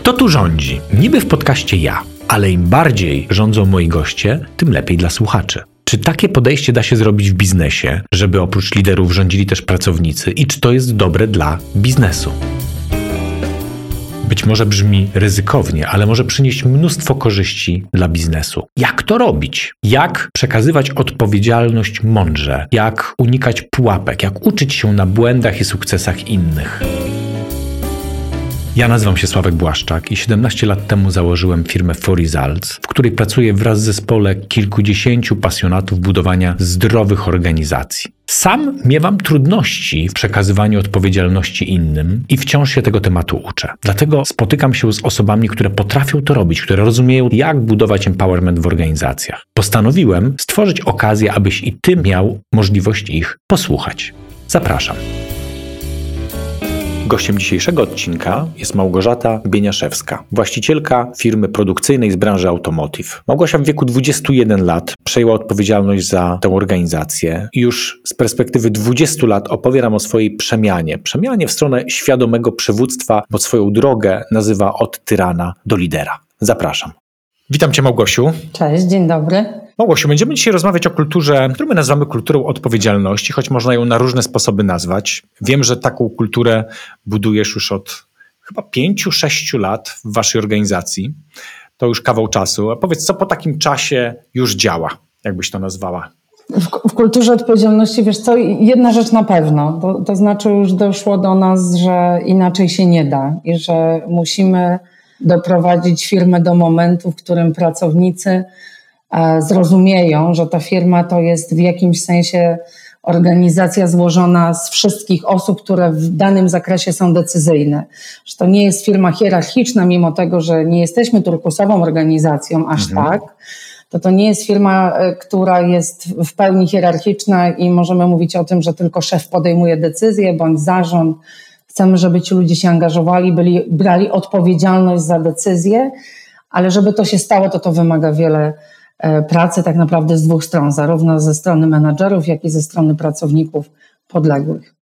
Kto tu rządzi? Niby w podcaście ja, ale im bardziej rządzą moi goście, tym lepiej dla słuchaczy. Czy takie podejście da się zrobić w biznesie, żeby oprócz liderów rządzili też pracownicy i czy to jest dobre dla biznesu? Być może brzmi ryzykownie, ale może przynieść mnóstwo korzyści dla biznesu. Jak to robić? Jak przekazywać odpowiedzialność mądrze? Jak unikać pułapek? Jak uczyć się na błędach i sukcesach innych? Ja nazywam się Sławek Błaszczak i 17 lat temu założyłem firmę 4Results, w której pracuję wraz z zespole kilkudziesięciu pasjonatów budowania zdrowych organizacji. Sam miewam trudności w przekazywaniu odpowiedzialności innym i wciąż się tego tematu uczę. Dlatego spotykam się z osobami, które potrafią to robić, które rozumieją, jak budować empowerment w organizacjach. Postanowiłem stworzyć okazję, abyś i ty miał możliwość ich posłuchać. Zapraszam. Gościem dzisiejszego odcinka jest Małgorzata Bieniaszewska, właścicielka firmy produkcyjnej z branży automotive. Małgosia w wieku 21 lat przejęła odpowiedzialność za tę organizację i już z perspektywy 20 lat opowie nam o swojej przemianie w stronę świadomego przywództwa, bo swoją drogę nazywa od tyrana do lidera. Zapraszam. Witam Cię, Małgosiu. Cześć, dzień dobry. Małgosiu, będziemy dzisiaj rozmawiać o kulturze, którą my nazywamy kulturą odpowiedzialności, choć można ją na różne sposoby nazwać. Wiem, że taką kulturę budujesz już od chyba 5-6 lat w waszej organizacji. To już kawał czasu. A powiedz, co po takim czasie już działa? Jak byś to nazwała? W kulturze odpowiedzialności, wiesz co, jedna rzecz na pewno. To znaczy już doszło do nas, że inaczej się nie da i że musimy doprowadzić firmę do momentu, w którym pracownicy zrozumieją, że ta firma to jest w jakimś sensie organizacja złożona z wszystkich osób, które w danym zakresie są decyzyjne. Że to nie jest firma hierarchiczna, mimo tego, że nie jesteśmy turkusową organizacją aż tak, to nie jest firma, która jest w pełni hierarchiczna i możemy mówić o tym, że tylko szef podejmuje decyzje bądź zarząd. Chcemy, żeby ci ludzie się angażowali, brali odpowiedzialność za decyzje, ale żeby to się stało, to wymaga wiele pracy tak naprawdę z dwóch stron, zarówno ze strony menadżerów, jak i ze strony pracowników podległych.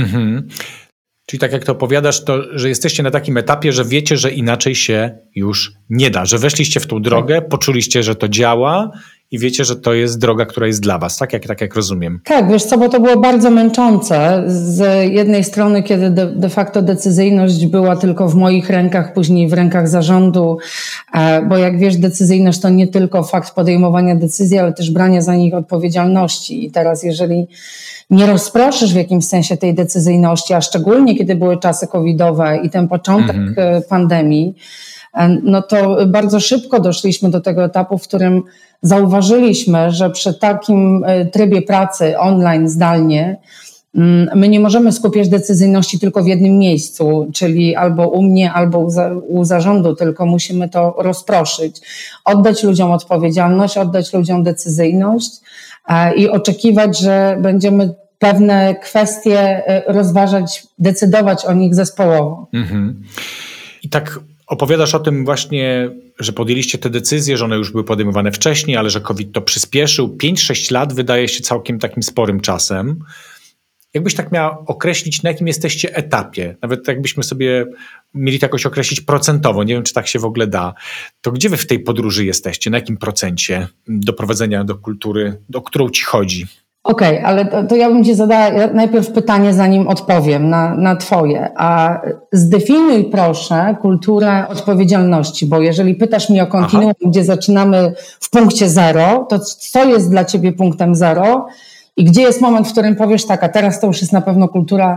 Czyli tak jak to opowiadasz, to że jesteście na takim etapie, że wiecie, że inaczej się już nie da, że weszliście w tą drogę, poczuliście, że to działa i wiecie, że to jest droga, która jest dla was, tak jak rozumiem. Tak, wiesz co, bo to było bardzo męczące. Z jednej strony, kiedy de facto decyzyjność była tylko w moich rękach, później w rękach zarządu, bo jak wiesz, decyzyjność to nie tylko fakt podejmowania decyzji, ale też brania za nich odpowiedzialności. I teraz jeżeli nie rozproszysz w jakimś sensie tej decyzyjności, a szczególnie kiedy były czasy covidowe i ten początek pandemii, no to bardzo szybko doszliśmy do tego etapu, w którym zauważyliśmy, że przy takim trybie pracy online, zdalnie, my nie możemy skupiać decyzyjności tylko w jednym miejscu, czyli albo u mnie, albo u zarządu, tylko musimy to rozproszyć, oddać ludziom odpowiedzialność, oddać ludziom decyzyjność i oczekiwać, że będziemy pewne kwestie rozważać, decydować o nich zespołowo. I tak opowiadasz o tym właśnie, że podjęliście te decyzje, że one już były podejmowane wcześniej, ale że COVID to przyspieszył. 5-6 lat wydaje się całkiem takim sporym czasem. Jakbyś tak miała określić, na jakim jesteście etapie, nawet jakbyśmy sobie mieli to jakoś określić procentowo, nie wiem, czy tak się w ogóle da, to gdzie wy w tej podróży jesteście? Na jakim procencie doprowadzenia do kultury, o którą ci chodzi? Okej, ale to ja bym ci zadała najpierw pytanie, zanim odpowiem na twoje. A zdefiniuj proszę kulturę odpowiedzialności, bo jeżeli pytasz mnie o kontinuum, gdzie zaczynamy w punkcie 0, to co jest dla ciebie punktem 0 i gdzie jest moment, w którym powiesz tak, a teraz to już jest na pewno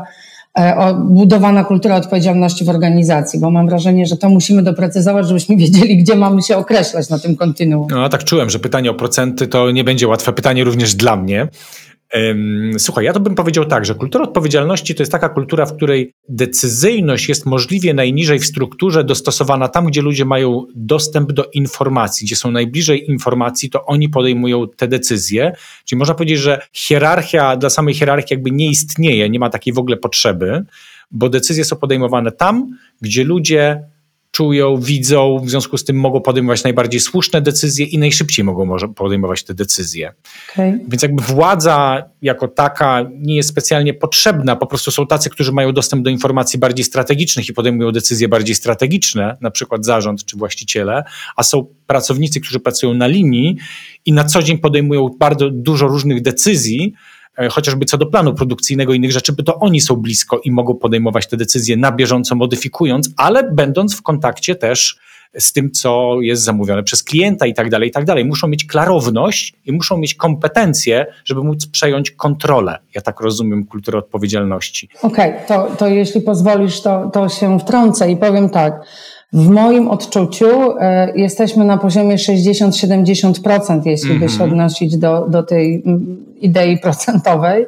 budowana kultura odpowiedzialności w organizacji, bo mam wrażenie, że to musimy doprecyzować, żebyśmy wiedzieli, gdzie mamy się określać na tym kontinuum. No tak czułem, że pytanie o procenty to nie będzie łatwe pytanie również dla mnie. Słuchaj, ja to bym powiedział tak, że kultura odpowiedzialności to jest taka kultura, w której decyzyjność jest możliwie najniżej w strukturze, dostosowana tam, gdzie ludzie mają dostęp do informacji, gdzie są najbliżej informacji, to oni podejmują te decyzje. Czyli można powiedzieć, że hierarchia dla samej hierarchii jakby nie istnieje, nie ma takiej w ogóle potrzeby, bo decyzje są podejmowane tam, gdzie ludzie czują, widzą, w związku z tym mogą podejmować najbardziej słuszne decyzje i najszybciej mogą może podejmować te decyzje. Okay. Więc jakby władza jako taka nie jest specjalnie potrzebna, po prostu są tacy, którzy mają dostęp do informacji bardziej strategicznych i podejmują decyzje bardziej strategiczne, na przykład zarząd czy właściciele, a są pracownicy, którzy pracują na linii i na co dzień podejmują bardzo dużo różnych decyzji, chociażby co do planu produkcyjnego i innych rzeczy, bo to oni są blisko i mogą podejmować te decyzje na bieżąco, modyfikując, ale będąc w kontakcie też z tym, co jest zamówione przez klienta i tak dalej, i tak dalej. Muszą mieć klarowność i muszą mieć kompetencje, żeby móc przejąć kontrolę. Ja tak rozumiem kulturę odpowiedzialności. Okej, to jeśli pozwolisz, to się wtrącę i powiem tak. W moim odczuciu jesteśmy na poziomie 60-70%, jeśli by się odnosić do tej idei procentowej,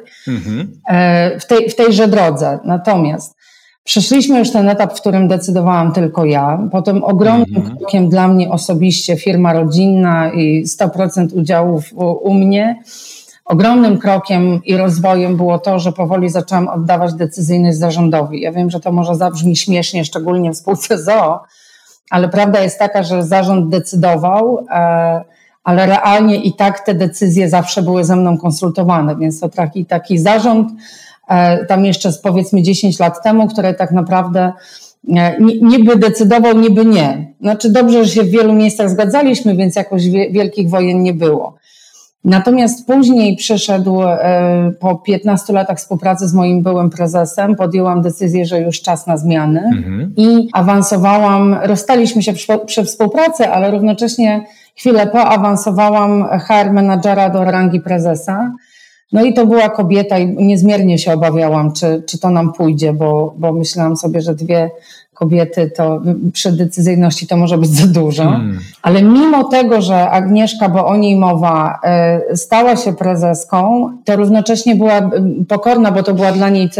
w tejże drodze. Natomiast przeszliśmy już ten etap, w którym decydowałam tylko ja. Potem ogromnym krokiem dla mnie osobiście firma rodzinna i 100% udziałów u mnie. Ogromnym krokiem i rozwojem było to, że powoli zaczęłam oddawać decyzyjność zarządowi. Ja wiem, że to może zabrzmi śmiesznie, szczególnie w spółce z o.o., ale prawda jest taka, że zarząd decydował, ale realnie i tak te decyzje zawsze były ze mną konsultowane, więc to taki zarząd tam jeszcze powiedzmy 10 lat temu, który tak naprawdę niby decydował, niby nie. Znaczy dobrze, że się w wielu miejscach zgadzaliśmy, więc jakoś wielkich wojen nie było. Natomiast później przyszedł, po 15 latach współpracy z moim byłym prezesem, podjęłam decyzję, że już czas na zmiany i awansowałam, rozstaliśmy się przy współpracy, ale równocześnie chwilę po awansowałam HR menadżera do rangi prezesa. No i to była kobieta i niezmiernie się obawiałam, czy to nam pójdzie, bo myślałam sobie, że dwie kobiety to przy decyzyjności to może być za dużo. Ale mimo tego, że Agnieszka, bo o niej mowa, stała się prezeską, to równocześnie była pokorna, bo to była dla niej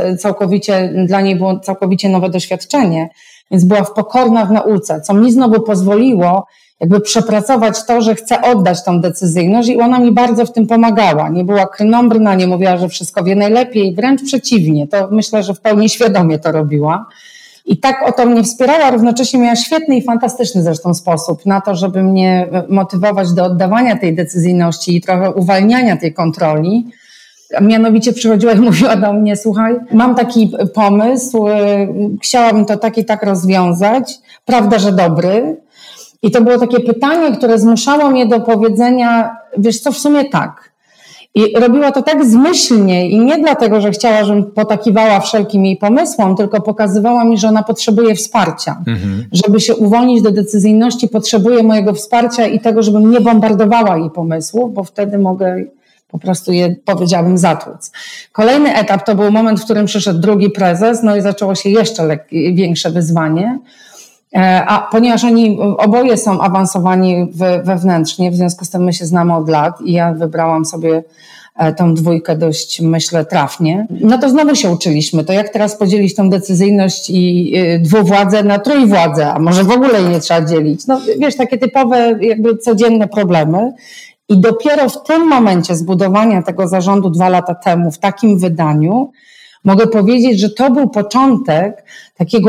było całkowicie nowe doświadczenie, więc była pokorna w nauce, co mi znowu pozwoliło jakby przepracować to, że chcę oddać tą decyzyjność i ona mi bardzo w tym pomagała. Nie była krnąbrna, nie mówiła, że wszystko wie najlepiej, wręcz przeciwnie. To myślę, że w pełni świadomie to robiła. I tak oto mnie wspierała, równocześnie miała świetny i fantastyczny zresztą sposób na to, żeby mnie motywować do oddawania tej decyzyjności i trochę uwalniania tej kontroli. Mianowicie przychodziła i mówiła do mnie, słuchaj, mam taki pomysł, chciałabym to tak i tak rozwiązać, prawda, że dobry? I to było takie pytanie, które zmuszało mnie do powiedzenia, wiesz co, w sumie tak. I robiła to tak zmyślnie i nie dlatego, że chciała, żebym potakiwała wszelkim jej pomysłom, tylko pokazywała mi, że ona potrzebuje wsparcia. Żeby się uwolnić do decyzyjności, potrzebuje mojego wsparcia i tego, żebym nie bombardowała jej pomysłów, bo wtedy mogę po prostu je, powiedziałabym, zatłuc. Kolejny etap to był moment, w którym przyszedł drugi prezes, no i zaczęło się jeszcze większe wyzwanie. A ponieważ oni oboje są awansowani wewnętrznie, w związku z tym my się znamy od lat i ja wybrałam sobie tą dwójkę dość, myślę, trafnie, no to znowu się uczyliśmy. To jak teraz podzielić tą decyzyjność i dwuwładzę na trójwładzę, a może w ogóle jej nie trzeba dzielić. No wiesz, takie typowe jakby codzienne problemy. I dopiero w tym momencie zbudowania tego zarządu 2 lata temu w takim mogę powiedzieć, że to był początek takiego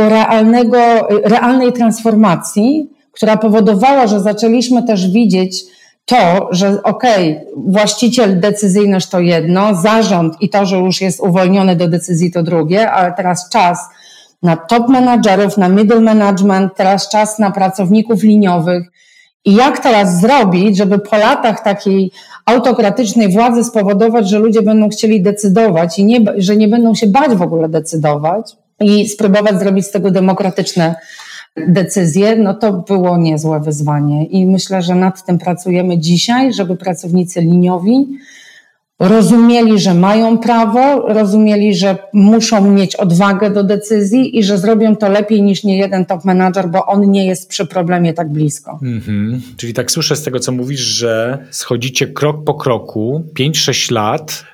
realnej transformacji, która powodowała, że zaczęliśmy też widzieć to, że właściciel, decyzyjność to jedno, zarząd i to, że już jest uwolniony do decyzji to drugie, ale teraz czas na top menadżerów, na middle management, teraz czas na pracowników liniowych. I jak teraz zrobić, żeby po latach takiej autokratycznej władzy spowodować, że ludzie będą chcieli decydować i że nie będą się bać w ogóle decydować i spróbować zrobić z tego demokratyczne decyzje, no to było niezłe wyzwanie. I myślę, że nad tym pracujemy dzisiaj, żeby pracownicy liniowi rozumieli, że mają prawo, rozumieli, że muszą mieć odwagę do decyzji i że zrobią to lepiej niż niejeden top menadżer, bo on nie jest przy problemie tak blisko. Czyli tak słyszę z tego, co mówisz, że schodzicie krok po kroku, 5-6 lat,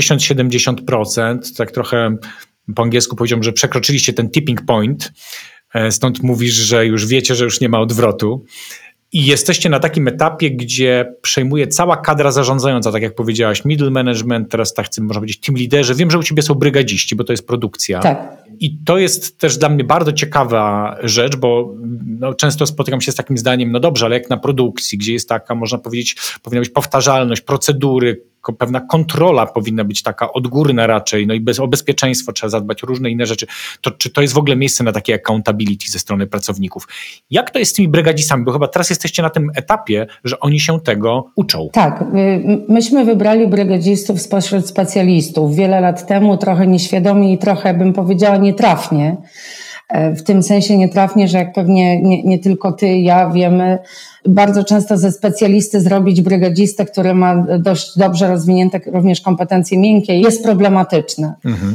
60-70%, tak trochę po angielsku powiedziałbym, że przekroczyliście ten tipping point, stąd mówisz, że już wiecie, że już nie ma odwrotu. I jesteście na takim etapie, gdzie przejmuje cała kadra zarządzająca, tak jak powiedziałaś, middle management, teraz tak można powiedzieć team liderzy. Wiem, że u ciebie są brygadziści, bo to jest produkcja. Tak. I to jest też dla mnie bardzo ciekawa rzecz, bo często spotykam się z takim zdaniem, no dobrze, ale jak na produkcji, gdzie jest taka, można powiedzieć, powinna być powtarzalność, procedury, pewna kontrola powinna być taka odgórna raczej, no i o bezpieczeństwo trzeba zadbać, różne inne rzeczy. To czy to jest w ogóle miejsce na takie accountability ze strony pracowników? Jak to jest z tymi brygadzistami? Bo chyba teraz jesteście na tym etapie, że oni się tego uczą. Tak, myśmy wybrali brygadzistów spośród specjalistów wiele lat temu, trochę nieświadomie i trochę, bym powiedziała, nietrafnie. W tym sensie nietrafnie, że jak pewnie nie tylko ty, ja wiemy, bardzo często ze specjalisty zrobić brygadzistę, który ma dość dobrze rozwinięte również kompetencje miękkie, jest problematyczne.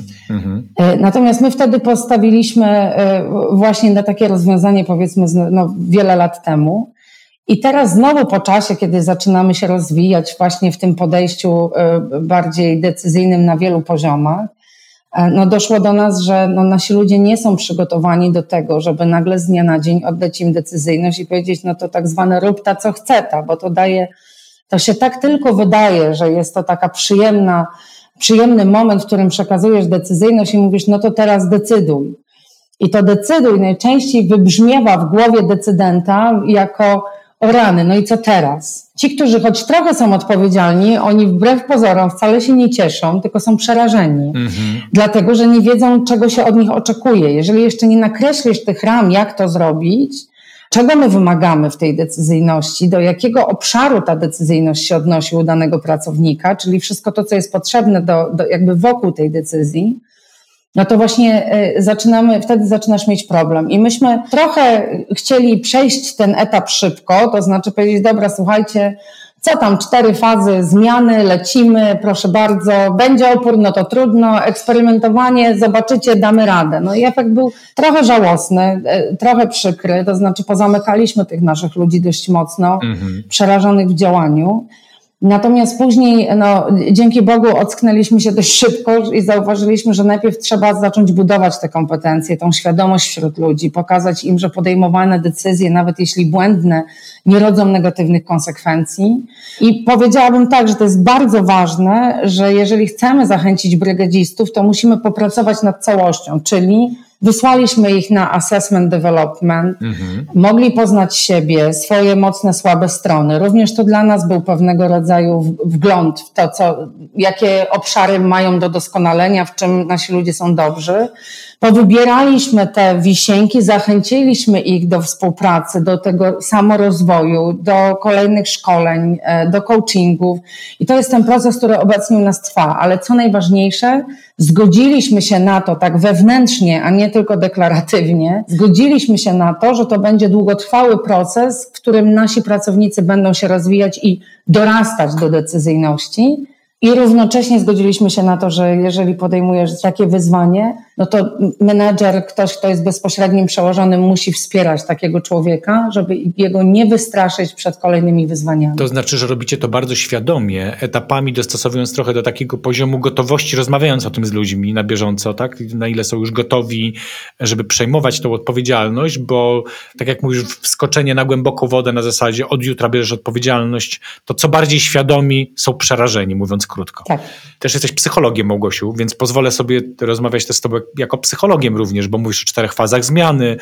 Natomiast my wtedy postawiliśmy właśnie na takie rozwiązanie, powiedzmy, wiele lat temu. I teraz znowu po czasie, kiedy zaczynamy się rozwijać właśnie w tym podejściu bardziej decyzyjnym na wielu poziomach, doszło do nas, że nasi ludzie nie są przygotowani do tego, żeby nagle z dnia na dzień oddać im decyzyjność i powiedzieć, to tak zwane rób ta, co chce ta, bo to się tak tylko wydaje, że jest to taka przyjemny moment, w którym przekazujesz decyzyjność i mówisz, to teraz decyduj. I to decyduj najczęściej wybrzmiewa w głowie decydenta jako o rany, i co teraz? Ci, którzy choć trochę są odpowiedzialni, oni wbrew pozorom wcale się nie cieszą, tylko są przerażeni. Dlatego, że nie wiedzą, czego się od nich oczekuje. Jeżeli jeszcze nie nakreślisz tych ram, jak to zrobić, czego my wymagamy w tej decyzyjności, do jakiego obszaru ta decyzyjność się odnosi u danego pracownika, czyli wszystko to, co jest potrzebne jakby wokół tej decyzji, to właśnie wtedy zaczynasz mieć problem. I myśmy trochę chcieli przejść ten etap szybko, to znaczy powiedzieć, dobra, słuchajcie, co tam, 4 fazy zmiany, lecimy, proszę bardzo, będzie opór, to trudno, eksperymentowanie, zobaczycie, damy radę. I efekt był trochę żałosny, trochę przykry, to znaczy pozamykaliśmy tych naszych ludzi dość mocno, przerażonych w działaniu. Natomiast później, dzięki Bogu, ocknęliśmy się dość szybko i zauważyliśmy, że najpierw trzeba zacząć budować te kompetencje, tą świadomość wśród ludzi, pokazać im, że podejmowane decyzje, nawet jeśli błędne, nie rodzą negatywnych konsekwencji. I powiedziałabym tak, że to jest bardzo ważne, że jeżeli chcemy zachęcić brygadzistów, to musimy popracować nad całością, czyli wysłaliśmy ich na assessment development, mogli poznać siebie, swoje mocne, słabe strony. Również to dla nas był pewnego rodzaju wgląd w to, jakie obszary mają do doskonalenia, w czym nasi ludzie są dobrzy. Powybieraliśmy te wisienki, zachęciliśmy ich do współpracy, do tego samorozwoju, do kolejnych szkoleń, do coachingów. I to jest ten proces, który obecnie u nas trwa. Ale co najważniejsze, zgodziliśmy się na to tak wewnętrznie, a nie tylko deklaratywnie, zgodziliśmy się na to, że to będzie długotrwały proces, w którym nasi pracownicy będą się rozwijać i dorastać do decyzyjności. I równocześnie zgodziliśmy się na to, że jeżeli podejmujesz takie wyzwanie, to menedżer, ktoś, kto jest bezpośrednim przełożonym, musi wspierać takiego człowieka, żeby jego nie wystraszyć przed kolejnymi wyzwaniami. To znaczy, że robicie to bardzo świadomie, etapami dostosowując trochę do takiego poziomu gotowości, rozmawiając o tym z ludźmi na bieżąco, tak? Na ile są już gotowi, żeby przejmować tą odpowiedzialność, bo tak jak mówisz, wskoczenie na głęboką wodę na zasadzie od jutra bierzesz odpowiedzialność, to co bardziej świadomi są przerażeni, mówiąc krótko. Tak. Też jesteś psychologiem, Małgosiu, więc pozwolę sobie rozmawiać też z tobą jako psychologiem również, bo mówisz o 4 fazach zmiany,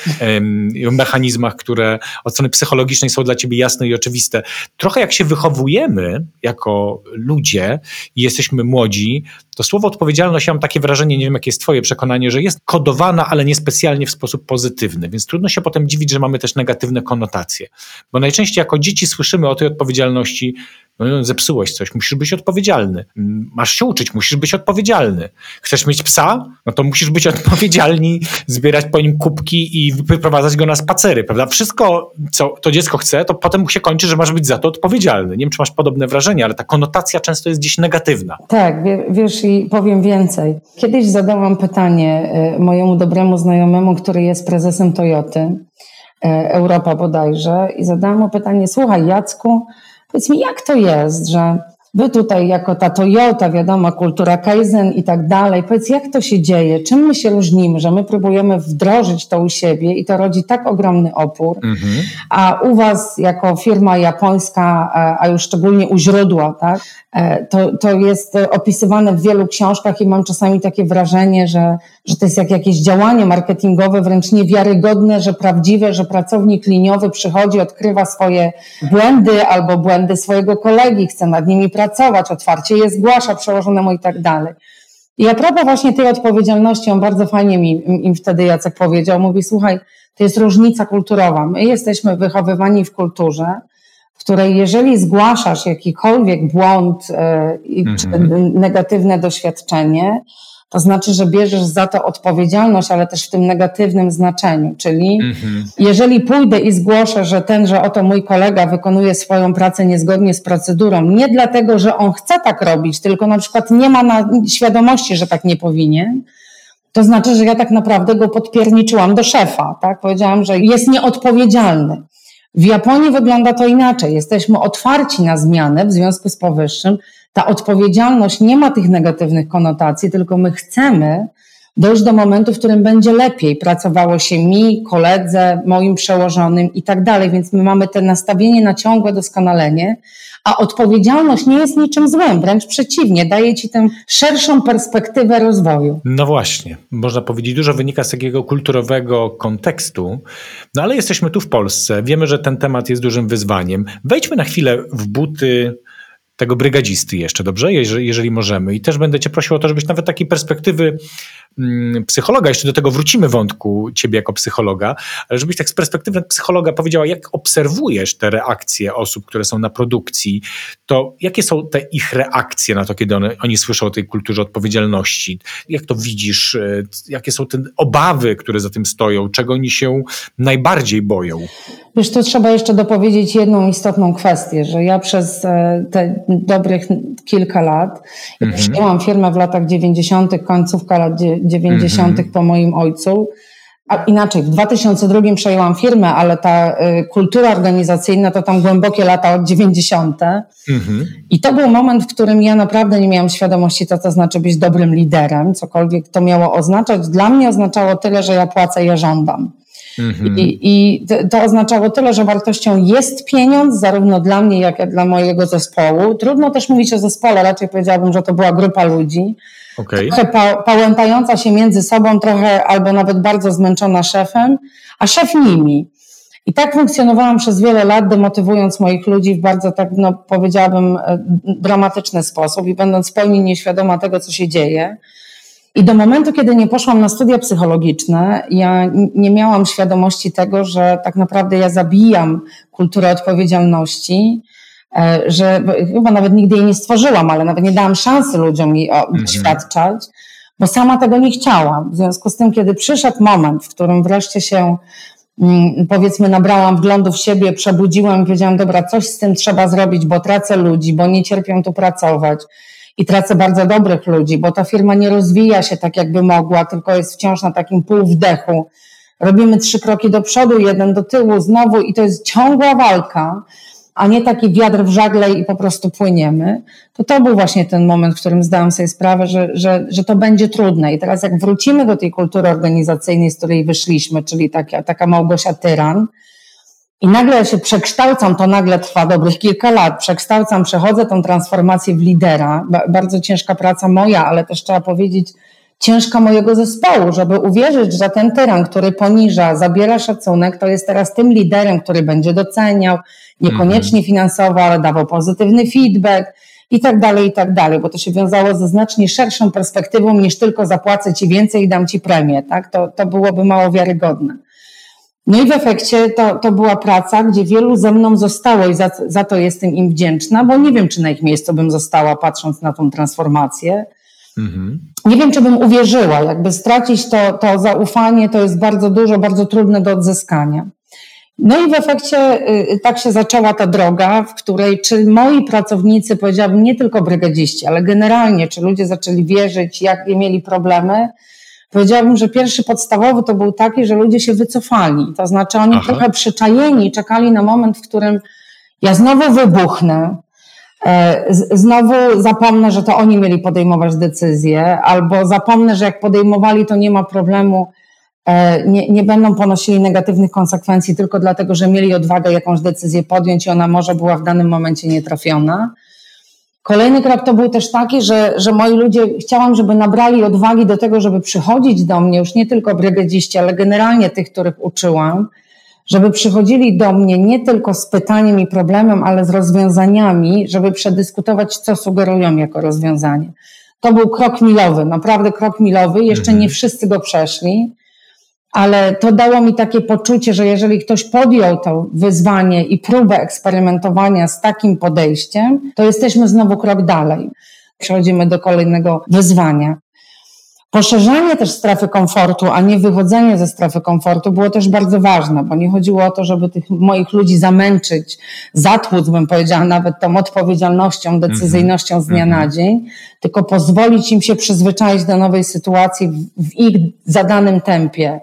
o mechanizmach, które od strony psychologicznej są dla ciebie jasne i oczywiste. Trochę jak się wychowujemy jako ludzie i jesteśmy młodzi, to słowo odpowiedzialność, ja mam takie wrażenie, nie wiem jakie jest twoje przekonanie, że jest kodowana, ale niespecjalnie w sposób pozytywny, więc trudno się potem dziwić, że mamy też negatywne konotacje. Bo najczęściej jako dzieci słyszymy o tej odpowiedzialności, zepsułeś coś, musisz być odpowiedzialny. Masz się uczyć, musisz być odpowiedzialny. Chcesz mieć psa? To musisz być odpowiedzialni, zbierać po nim kubki i wyprowadzać go na spacery, prawda? Wszystko, co to dziecko chce, to potem się kończy, że masz być za to odpowiedzialny. Nie wiem, czy masz podobne wrażenie, ale ta konotacja często jest gdzieś negatywna. Tak, wiesz, i powiem więcej. Kiedyś zadałam pytanie mojemu dobremu znajomemu, który jest prezesem Toyoty, Europa bodajże, i zadałam mu pytanie, słuchaj Jacku, powiedz mi, jak to jest, że wy tutaj jako ta Toyota, wiadomo, kultura Kaizen i tak dalej, powiedz, jak to się dzieje, czym my się różnimy, że my próbujemy wdrożyć to u siebie i to rodzi tak ogromny opór, a u was jako firma japońska, a już szczególnie u źródła, tak, to jest opisywane w wielu książkach i mam czasami takie wrażenie, że że to jest jak jakieś działanie marketingowe, wręcz niewiarygodne, że prawdziwe, że pracownik liniowy przychodzi, odkrywa swoje błędy albo błędy swojego kolegi, chce nad nimi pracować, otwarcie je zgłasza przełożonemu i tak dalej. I a propos właśnie tej odpowiedzialności, on bardzo fajnie im wtedy Jacek powiedział, mówi, słuchaj, to jest różnica kulturowa. My jesteśmy wychowywani w kulturze, w której jeżeli zgłaszasz jakikolwiek błąd czy negatywne doświadczenie, to znaczy, że bierzesz za to odpowiedzialność, ale też w tym negatywnym znaczeniu. Czyli jeżeli pójdę i zgłoszę, że oto mój kolega wykonuje swoją pracę niezgodnie z procedurą, nie dlatego, że on chce tak robić, tylko na przykład nie ma świadomości, że tak nie powinien, to znaczy, że ja tak naprawdę go podpierniczyłam do szefa. Tak? Powiedziałam, że jest nieodpowiedzialny. W Japonii wygląda to inaczej. Jesteśmy otwarci na zmianę w związku z powyższym. Ta odpowiedzialność nie ma tych negatywnych konotacji, tylko my chcemy dojść do momentu, w którym będzie lepiej. Pracowało się mi, koledze, moim przełożonym i tak dalej. Więc my mamy to nastawienie na ciągłe doskonalenie, a odpowiedzialność nie jest niczym złym, wręcz przeciwnie, daje ci tę szerszą perspektywę rozwoju. No właśnie, można powiedzieć, dużo wynika z takiego kulturowego kontekstu, no ale jesteśmy tu w Polsce, wiemy, że ten temat jest dużym wyzwaniem. Wejdźmy na chwilę w buty tego brygadzisty jeszcze, dobrze? Jeżeli możemy. I też będę cię prosił o to, żebyś nawet takiej perspektywy psychologa, jeszcze do tego wrócimy wątku ciebie jako psychologa, ale żebyś tak z perspektywy psychologa powiedziała, jak obserwujesz te reakcje osób, które są na produkcji, to jakie są te ich reakcje na to, kiedy oni słyszą o tej kulturze odpowiedzialności? Jak to widzisz? Jakie są te obawy, które za tym stoją? Czego oni się najbardziej boją? Wiesz, tu trzeba jeszcze dopowiedzieć jedną istotną kwestię, że ja przez te dobrych kilka lat, przyjęłam firmę w latach 90., końcówka lat 90. po moim ojcu, a inaczej, w 2002 przejęłam firmę, ale ta kultura organizacyjna to tam głębokie lata od 90. I to był moment, w którym ja naprawdę nie miałam świadomości, co to znaczy być dobrym liderem, cokolwiek to miało oznaczać. Dla mnie oznaczało tyle, że ja płacę, ja żądam. I to oznaczało tyle, że wartością jest pieniądz, zarówno dla mnie, jak i dla mojego zespołu. Trudno też mówić o zespole, raczej powiedziałabym, że to była grupa ludzi. Trochę pałętająca się między sobą, trochę albo nawet bardzo zmęczona szefem, a szef nimi. I tak funkcjonowałam przez wiele lat, demotywując moich ludzi w bardzo, tak powiedziałabym, dramatyczny sposób i będąc w pełni nieświadoma tego, co się dzieje. I do momentu, kiedy nie poszłam na studia psychologiczne, ja nie miałam świadomości tego, że tak naprawdę ja zabijam kulturę odpowiedzialności, że chyba nawet nigdy jej nie stworzyłam, ale nawet nie dałam szansy ludziom jej doświadczać, bo sama tego nie chciałam. W związku z tym, kiedy przyszedł moment, w którym wreszcie się, powiedzmy, nabrałam wglądu w siebie, przebudziłam i powiedziałam, dobra, coś z tym trzeba zrobić, bo tracę ludzi, bo nie cierpią tu pracować. I tracę bardzo dobrych ludzi, bo ta firma nie rozwija się tak, jakby mogła, tylko jest wciąż na takim półwdechu. Robimy 3 kroki do przodu, 1 do tyłu, znowu i to jest ciągła walka, a nie taki wiatr w żagle i po prostu płyniemy. To był właśnie ten moment, w którym zdałam sobie sprawę, że to będzie trudne. I teraz jak wrócimy do tej kultury organizacyjnej, z której wyszliśmy, czyli taka Małgosia Tyran, i nagle ja się przekształcam, to nagle trwa dobrych kilka lat, przechodzę tą transformację w lidera. Bardzo ciężka praca moja, ale też trzeba powiedzieć ciężka mojego zespołu, żeby uwierzyć, że ten tyran, który poniża, zabiera szacunek, to jest teraz tym liderem, który będzie doceniał, niekoniecznie finansowo, ale dawał pozytywny feedback i tak dalej, bo to się wiązało ze znacznie szerszą perspektywą niż tylko zapłacę ci więcej i dam ci premię, tak? To byłoby mało wiarygodne. No i w efekcie to była praca, gdzie wielu ze mną zostało i za to jestem im wdzięczna, bo nie wiem, czy na ich miejscu bym została, patrząc na tą transformację. Nie wiem, czy bym uwierzyła. Jakby stracić to zaufanie, to jest bardzo dużo, bardzo trudne do odzyskania. No i w efekcie tak się zaczęła ta droga, w której czy moi pracownicy, powiedziałabym nie tylko brygadziści, ale generalnie, czy ludzie zaczęli wierzyć, jakie mieli problemy. Powiedziałabym, że pierwszy podstawowy to był taki, że ludzie się wycofali. To znaczy oni trochę przyczajeni, czekali na moment, w którym ja znowu wybuchnę, znowu zapomnę, że to oni mieli podejmować decyzje, albo zapomnę, że jak podejmowali, to nie ma problemu, nie będą ponosili negatywnych konsekwencji tylko dlatego, że mieli odwagę jakąś decyzję podjąć i ona może była w danym momencie nietrafiona. Kolejny krok to był też taki, że moi ludzie, chciałam, żeby nabrali odwagi do tego, żeby przychodzić do mnie, już nie tylko brygadziści, ale generalnie tych, których uczyłam, żeby przychodzili do mnie nie tylko z pytaniem i problemem, ale z rozwiązaniami, żeby przedyskutować, co sugerują jako rozwiązanie. To był krok milowy, naprawdę krok milowy. Jeszcze nie wszyscy go przeszli, ale to dało mi takie poczucie, że jeżeli ktoś podjął to wyzwanie i próbę eksperymentowania z takim podejściem, to jesteśmy znowu krok dalej. Przechodzimy do kolejnego wyzwania. Poszerzanie też strefy komfortu, a nie wychodzenie ze strefy komfortu było też bardzo ważne, bo nie chodziło o to, żeby tych moich ludzi zamęczyć, zatłuc, bym powiedziała, nawet tą odpowiedzialnością, decyzyjnością z dnia na dzień, tylko pozwolić im się przyzwyczaić do nowej sytuacji w ich zadanym tempie.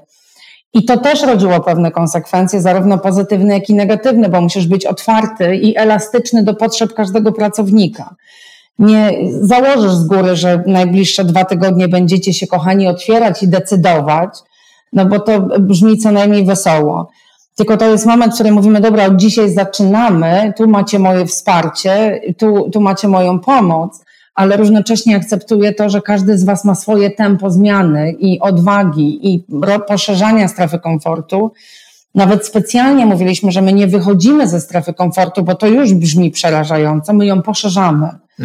I to też rodziło pewne konsekwencje, zarówno pozytywne, jak i negatywne, bo musisz być otwarty i elastyczny do potrzeb każdego pracownika. Nie założysz z góry, że najbliższe 2 tygodnie będziecie się, kochani, otwierać i decydować, no bo to brzmi co najmniej wesoło. Tylko to jest moment, w którym mówimy, dobra, od dzisiaj zaczynamy, tu macie moje wsparcie, tu macie moją pomoc, ale równocześnie akceptuję to, że każdy z was ma swoje tempo zmiany i odwagi i poszerzania strefy komfortu. Nawet specjalnie mówiliśmy, że my nie wychodzimy ze strefy komfortu, bo to już brzmi przerażająco, my ją poszerzamy.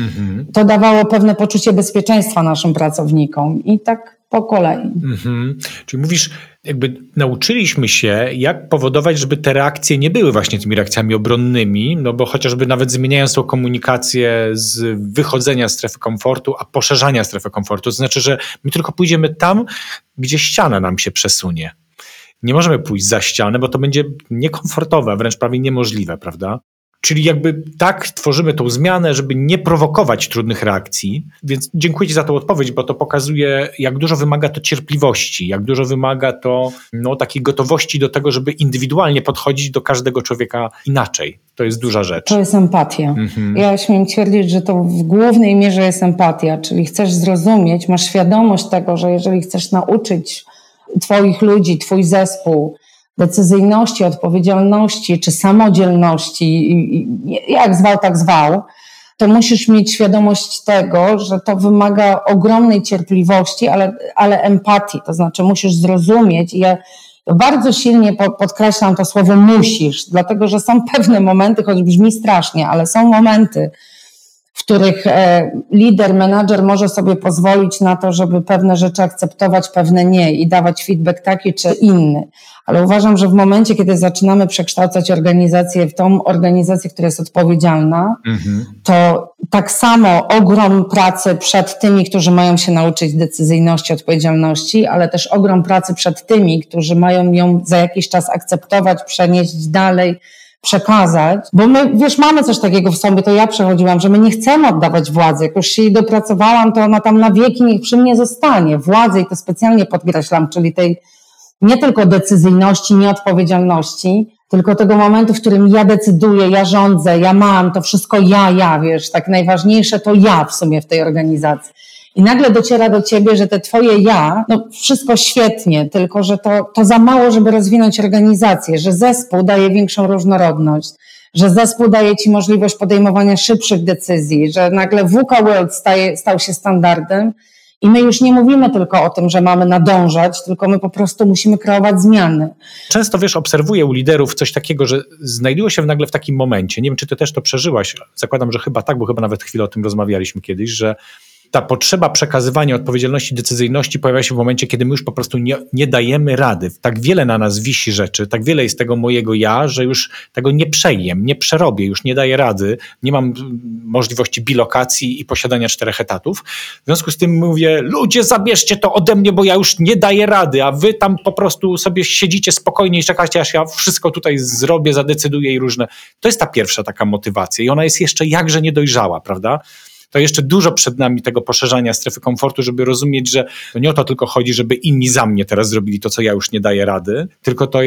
To dawało pewne poczucie bezpieczeństwa naszym pracownikom i tak po kolei. Czyli mówisz, jakby nauczyliśmy się, jak powodować, żeby te reakcje nie były właśnie tymi reakcjami obronnymi, no bo chociażby nawet zmieniając tą komunikację z wychodzenia z strefy komfortu, a poszerzania strefy komfortu, to znaczy, że my tylko pójdziemy tam, gdzie ściana nam się przesunie. Nie możemy pójść za ścianę, bo to będzie niekomfortowe, a wręcz prawie niemożliwe, prawda? Czyli jakby tak tworzymy tą zmianę, żeby nie prowokować trudnych reakcji. Więc dziękuję Ci za tą odpowiedź, bo to pokazuje, jak dużo wymaga to cierpliwości, jak dużo wymaga to takiej gotowości do tego, żeby indywidualnie podchodzić do każdego człowieka inaczej. To jest duża rzecz. To jest empatia. Ja śmiem twierdzić, że to w głównej mierze jest empatia, czyli chcesz zrozumieć, masz świadomość tego, że jeżeli chcesz nauczyć Twoich ludzi, Twój zespół decyzyjności, odpowiedzialności czy samodzielności, jak zwał, tak zwał, to musisz mieć świadomość tego, że to wymaga ogromnej cierpliwości, ale empatii, to znaczy musisz zrozumieć. I ja bardzo silnie podkreślam to słowo musisz, dlatego że są pewne momenty, choć brzmi strasznie, ale są momenty, w których lider, menadżer może sobie pozwolić na to, żeby pewne rzeczy akceptować, pewne nie i dawać feedback taki czy inny. Ale uważam, że w momencie, kiedy zaczynamy przekształcać organizację w tą organizację, która jest odpowiedzialna, to tak samo ogrom pracy przed tymi, którzy mają się nauczyć decyzyjności, odpowiedzialności, ale też ogrom pracy przed tymi, którzy mają ją za jakiś czas akceptować, przenieść dalej, przekazać, bo my, mamy coś takiego w sobie, to ja przechodziłam, że my nie chcemy oddawać władzy. Jak już się jej dopracowałam, to ona tam na wieki niech przy mnie zostanie. Władzy, i to specjalnie podkreślam, czyli tej nie tylko decyzyjności, nieodpowiedzialności, tylko tego momentu, w którym ja decyduję, ja rządzę, ja mam, to wszystko ja, tak najważniejsze to ja w sumie w tej organizacji. I nagle dociera do ciebie, że te twoje wszystko świetnie, tylko że to za mało, żeby rozwinąć organizację, że zespół daje większą różnorodność, że zespół daje ci możliwość podejmowania szybszych decyzji, że nagle VUCA World stał się standardem i my już nie mówimy tylko o tym, że mamy nadążać, tylko my po prostu musimy kreować zmiany. Często, obserwuję u liderów coś takiego, że znajdują się nagle w takim momencie, nie wiem, czy ty też to przeżyłaś, zakładam, że chyba tak, bo chyba nawet chwilę o tym rozmawialiśmy kiedyś, że ta potrzeba przekazywania odpowiedzialności, decyzyjności pojawia się w momencie, kiedy my już po prostu nie dajemy rady. Tak wiele na nas wisi rzeczy, tak wiele jest tego mojego ja, że już tego nie przejem, nie przerobię, już nie daję rady, nie mam możliwości bilokacji i posiadania 4 etatów. W związku z tym mówię, ludzie, zabierzcie to ode mnie, bo ja już nie daję rady, a wy tam po prostu sobie siedzicie spokojnie i czekacie, aż ja wszystko tutaj zrobię, zadecyduję i różne. To jest ta pierwsza taka motywacja i ona jest jeszcze jakże niedojrzała, prawda? To jeszcze dużo przed nami tego poszerzania strefy komfortu, żeby rozumieć, że to nie o to tylko chodzi, żeby inni za mnie teraz zrobili to, co ja już nie daję rady, tylko to jest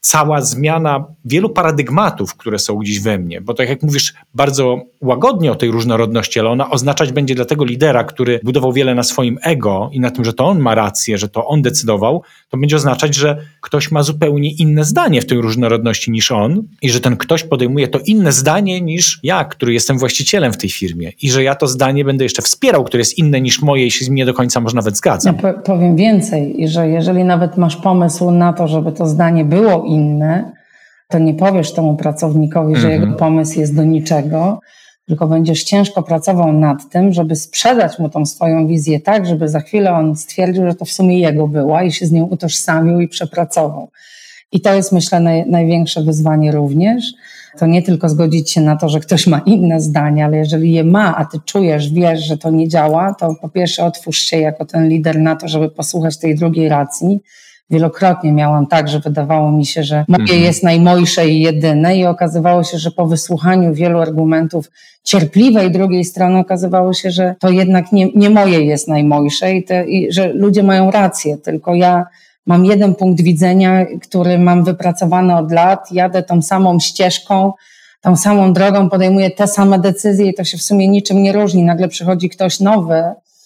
cała zmiana wielu paradygmatów, które są gdzieś we mnie, bo tak jak mówisz bardzo łagodnie o tej różnorodności, ale ona oznaczać będzie dla tego lidera, który budował wiele na swoim ego i na tym, że to on ma rację, że to on decydował, to będzie oznaczać, że ktoś ma zupełnie inne zdanie w tej różnorodności niż on i że ten ktoś podejmuje to inne zdanie niż ja, który jestem właścicielem w tej firmie i że ja to zdanie będę jeszcze wspierał, które jest inne niż moje i się z nim nie do końca może nawet zgadzam. Ja powiem więcej, że jeżeli nawet masz pomysł na to, żeby to zdanie było inne, to nie powiesz temu pracownikowi, że jego pomysł jest do niczego, tylko będziesz ciężko pracował nad tym, żeby sprzedać mu tą swoją wizję tak, żeby za chwilę on stwierdził, że to w sumie jego była i się z nią utożsamił i przepracował. I to jest, myślę, największe wyzwanie również. To nie tylko zgodzić się na to, że ktoś ma inne zdanie, ale jeżeli je ma, a ty czujesz, wiesz, że to nie działa, to po pierwsze otwórz się jako ten lider na to, żeby posłuchać tej drugiej racji. Wielokrotnie miałam tak, że wydawało mi się, że moje jest najmojsze i jedyne i okazywało się, że po wysłuchaniu wielu argumentów cierpliwej drugiej strony okazywało się, że to jednak nie moje jest najmojsze i że ludzie mają rację, tylko ja mam jeden punkt widzenia, który mam wypracowany od lat, jadę tą samą ścieżką, tą samą drogą, podejmuję te same decyzje i to się w sumie niczym nie różni. Nagle przychodzi ktoś nowy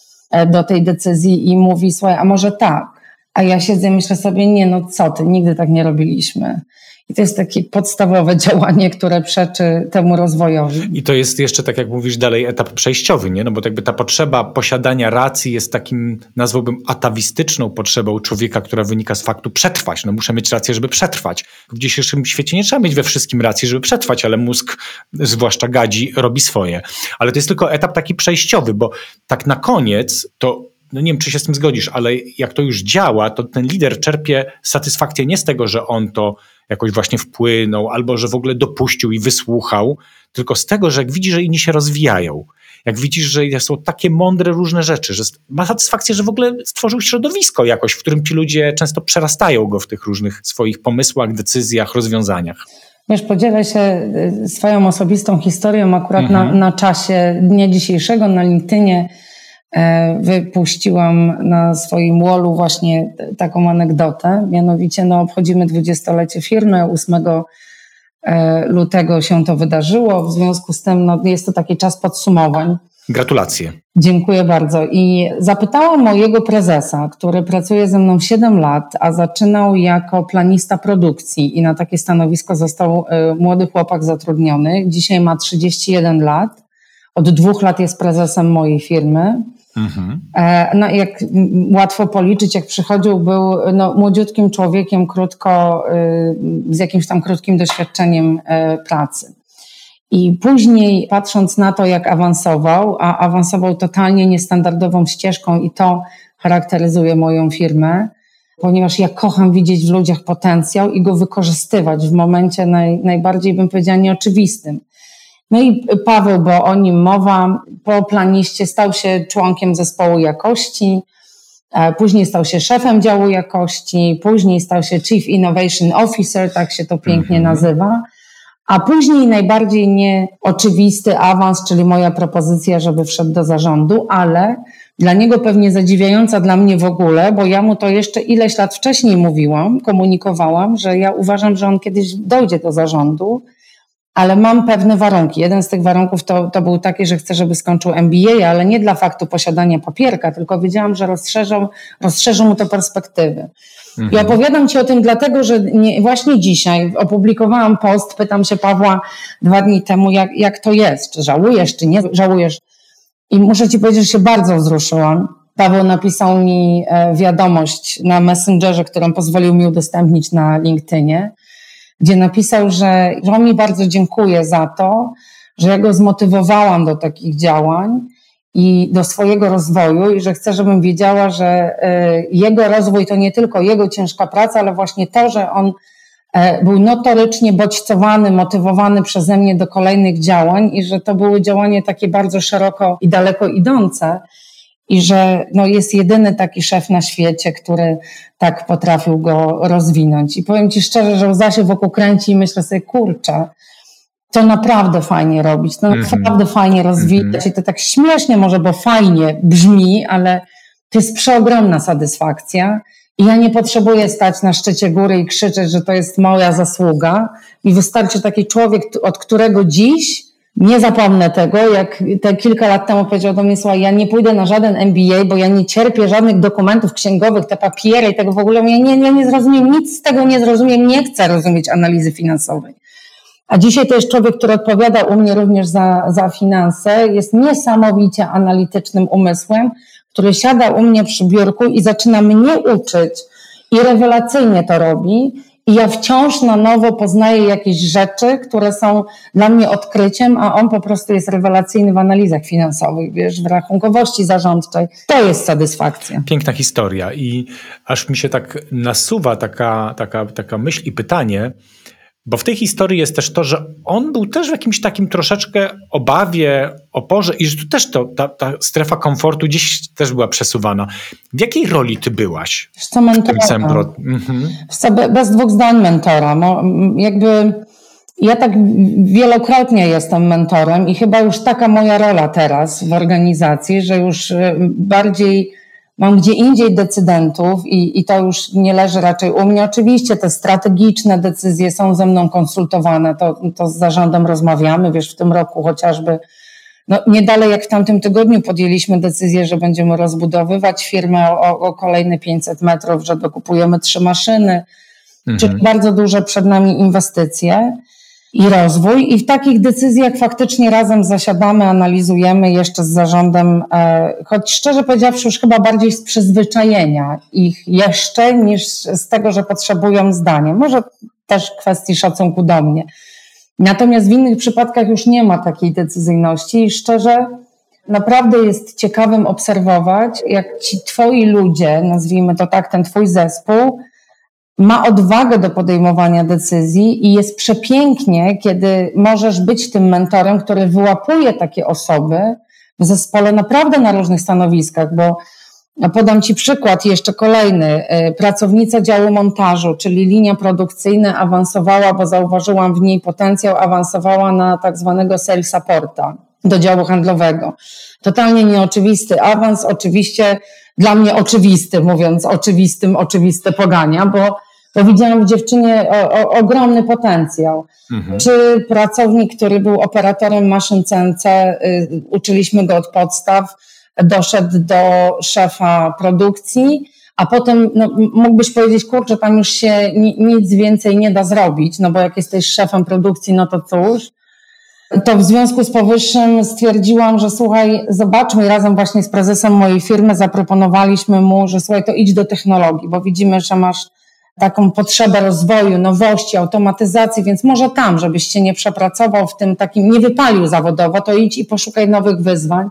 do tej decyzji i mówi, słuchaj, a może tak? A ja siedzę i myślę sobie, nie, no co ty, nigdy tak nie robiliśmy. I to jest takie podstawowe działanie, które przeczy temu rozwojowi. I to jest jeszcze, tak jak mówisz, dalej etap przejściowy, nie? No bo jakby ta potrzeba posiadania racji jest takim, nazwałbym, atawistyczną potrzebą człowieka, która wynika z faktu przetrwać. No muszę mieć rację, żeby przetrwać. W dzisiejszym świecie nie trzeba mieć we wszystkim racji, żeby przetrwać, ale mózg, zwłaszcza gadzi, robi swoje. Ale to jest tylko etap taki przejściowy, bo tak na koniec to no nie wiem, czy się z tym zgodzisz, ale jak to już działa, to ten lider czerpie satysfakcję nie z tego, że on to jakoś właśnie wpłynął, albo że w ogóle dopuścił i wysłuchał, tylko z tego, że jak widzi, że inni się rozwijają, jak widzisz, że są takie mądre różne rzeczy, że ma satysfakcję, że w ogóle stworzył środowisko jakoś, w którym ci ludzie często przerastają go w tych różnych swoich pomysłach, decyzjach, rozwiązaniach. Wiesz, podzielę się swoją osobistą historią akurat na czasie dnia dzisiejszego na LinkedInie. Wypuściłam na swoim wallu właśnie taką anegdotę, mianowicie obchodzimy 20-lecie firmy, 8 lutego się to wydarzyło, w związku z tym jest to taki czas podsumowań. Gratulacje. Dziękuję bardzo. I zapytałam mojego prezesa, który pracuje ze mną 7 lat, a zaczynał jako planista produkcji i na takie stanowisko został młody chłopak zatrudniony. Dzisiaj ma 31 lat. Od 2 lat jest prezesem mojej firmy. No jak łatwo policzyć, jak przychodził, był młodziutkim człowiekiem, z jakimś tam krótkim doświadczeniem pracy. I później patrząc na to, jak awansował, a awansował totalnie niestandardową ścieżką i to charakteryzuje moją firmę, ponieważ ja kocham widzieć w ludziach potencjał i go wykorzystywać w momencie najbardziej, bym powiedziała, nieoczywistym. No i Paweł, bo o nim mowa, po planiście stał się członkiem zespołu jakości, później stał się szefem działu jakości, później stał się Chief Innovation Officer, tak się to pięknie nazywa, a później najbardziej nieoczywisty awans, czyli moja propozycja, żeby wszedł do zarządu, ale dla niego pewnie zadziwiająca, dla mnie w ogóle, bo ja mu to jeszcze ileś lat wcześniej mówiłam, komunikowałam, że ja uważam, że on kiedyś dojdzie do zarządu, ale mam pewne warunki. Jeden z tych warunków to był taki, że chcę, żeby skończył MBA, ale nie dla faktu posiadania papierka, tylko wiedziałam, że rozszerzą mu to perspektywy. I opowiadam Ci o tym dlatego, że właśnie dzisiaj opublikowałam post, pytam się Pawła 2 dni temu, jak to jest, czy żałujesz, czy nie żałujesz. I muszę Ci powiedzieć, że się bardzo wzruszyłam. Paweł napisał mi wiadomość na Messengerze, którą pozwolił mi udostępnić na LinkedInie, gdzie napisał, że on mi bardzo dziękuję za to, że ja go zmotywowałam do takich działań i do swojego rozwoju i że chcę, żebym wiedziała, że jego rozwój to nie tylko jego ciężka praca, ale właśnie to, że on był notorycznie bodźcowany, motywowany przeze mnie do kolejnych działań i że to były działania takie bardzo szeroko i daleko idące i że jest jedyny taki szef na świecie, który tak potrafił go rozwinąć. I powiem Ci szczerze, że łza się wokół kręci i myślę sobie, kurczę, to naprawdę fajnie robić, to naprawdę fajnie rozwijać i to tak śmiesznie może, bo fajnie brzmi, ale to jest przeogromna satysfakcja I ja nie potrzebuję stać na szczycie góry i krzyczeć, że to jest moja zasługa. I wystarczy taki człowiek, od którego dziś nie zapomnę tego, jak te kilka lat temu powiedział do mnie: słuchaj, ja nie pójdę na żaden MBA, bo ja nie cierpię żadnych dokumentów księgowych, te papiery i tego w ogóle. Ja nie zrozumiem, nic z tego nie zrozumiem, nie chcę rozumieć analizy finansowej. A dzisiaj to jest człowiek, który odpowiada u mnie również za finanse, jest niesamowicie analitycznym umysłem, który siada u mnie przy biurku i zaczyna mnie uczyć i rewelacyjnie to robi. I ja wciąż na nowo poznaję jakieś rzeczy, które są dla mnie odkryciem, a on po prostu jest rewelacyjny w analizach finansowych, wiesz, w rachunkowości zarządczej. To jest satysfakcja. Piękna historia i aż mi się tak nasuwa taka myśl i pytanie, bo w tej historii jest też to, że on był też w jakimś takim troszeczkę obawie, oporze i że tu też ta strefa komfortu gdzieś też była przesuwana. W jakiej roli ty byłaś? Wiesz co, mentora. Bez dwóch zdań mentora. Ja tak wielokrotnie jestem mentorem i chyba już taka moja rola teraz w organizacji, że już bardziej mam gdzie indziej decydentów i to już nie leży raczej u mnie. Oczywiście te strategiczne decyzje są ze mną konsultowane, to z zarządem rozmawiamy, wiesz, w tym roku chociażby, nie dalej jak w tamtym tygodniu podjęliśmy decyzję, że będziemy rozbudowywać firmę o kolejne 500 metrów, że dokupujemy 3 maszyny, czyli bardzo duże przed nami inwestycje i rozwój. I w takich decyzjach faktycznie razem zasiadamy, analizujemy jeszcze z zarządem, choć szczerze powiedziawszy już chyba bardziej z przyzwyczajenia ich jeszcze niż z tego, że potrzebują zdania. Może też kwestii szacunku do mnie. Natomiast w innych przypadkach już nie ma takiej decyzyjności i szczerze naprawdę jest ciekawym obserwować, jak ci twoi ludzie, nazwijmy to tak, ten twój zespół, ma odwagę do podejmowania decyzji i jest przepięknie, kiedy możesz być tym mentorem, który wyłapuje takie osoby w zespole naprawdę na różnych stanowiskach, bo podam ci przykład jeszcze kolejny. Pracownica działu montażu, czyli linia produkcyjna awansowała, bo zauważyłam w niej potencjał, awansowała na tak zwanego sales supporta do działu handlowego. Totalnie nieoczywisty awans, oczywiście dla mnie oczywisty, mówiąc oczywiste pogania, bo widziałam w dziewczynie ogromny potencjał. Czy pracownik, który był operatorem maszyn CNC, uczyliśmy go od podstaw, doszedł do szefa produkcji, a potem mógłbyś powiedzieć, kurczę, tam już się nic więcej nie da zrobić, bo jak jesteś szefem produkcji, to cóż. To w związku z powyższym stwierdziłam, że słuchaj, zobaczmy, razem właśnie z prezesem mojej firmy zaproponowaliśmy mu, że słuchaj, to idź do technologii, bo widzimy, że masz taką potrzebę rozwoju, nowości, automatyzacji, więc może tam, żebyś się nie przepracował w tym takim, nie wypalił zawodowo, to idź i poszukaj nowych wyzwań.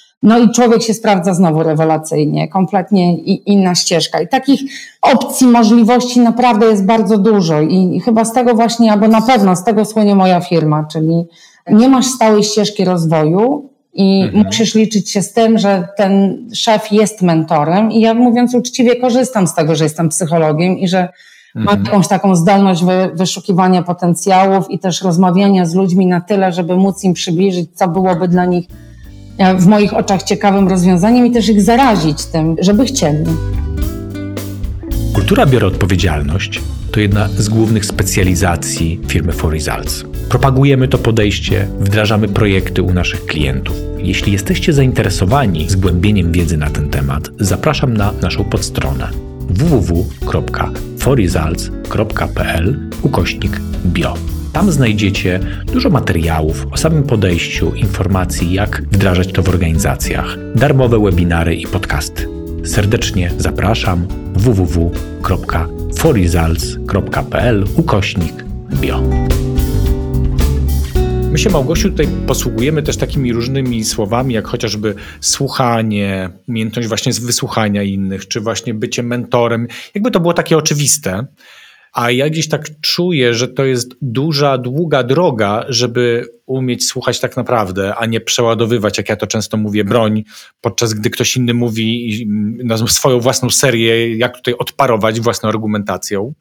I człowiek się sprawdza znowu rewelacyjnie, kompletnie inna ścieżka. I takich opcji, możliwości naprawdę jest bardzo dużo i chyba z tego właśnie, albo na pewno z tego słynie moja firma, czyli nie masz stałej ścieżki rozwoju i musisz liczyć się z tym, że ten szef jest mentorem i ja, mówiąc uczciwie, korzystam z tego, że jestem psychologiem i że mam jakąś taką zdolność wyszukiwania potencjałów i też rozmawiania z ludźmi na tyle, żeby móc im przybliżyć, co byłoby dla nich w moich oczach ciekawym rozwiązaniem i też ich zarazić tym, żeby chcieli. Kultura biorę odpowiedzialność to jedna z głównych specjalizacji firmy 4Results. Propagujemy to podejście, wdrażamy projekty u naszych klientów. Jeśli jesteście zainteresowani zgłębieniem wiedzy na ten temat, zapraszam na naszą podstronę www.4results.pl/bio. Tam znajdziecie dużo materiałów o samym podejściu, informacji, jak wdrażać to w organizacjach, darmowe webinary i podcasty. Serdecznie zapraszam www.4results.pl/bio. My się, Małgosiu, tutaj posługujemy też takimi różnymi słowami, jak chociażby słuchanie, umiejętność właśnie z wysłuchania innych, czy właśnie bycie mentorem. Jakby to było takie oczywiste. A ja gdzieś tak czuję, że to jest duża, długa droga, żeby umieć słuchać tak naprawdę, a nie przeładowywać, jak ja to często mówię, broń, podczas gdy ktoś inny mówi na swoją własną serię, jak tutaj odparować własną argumentacją.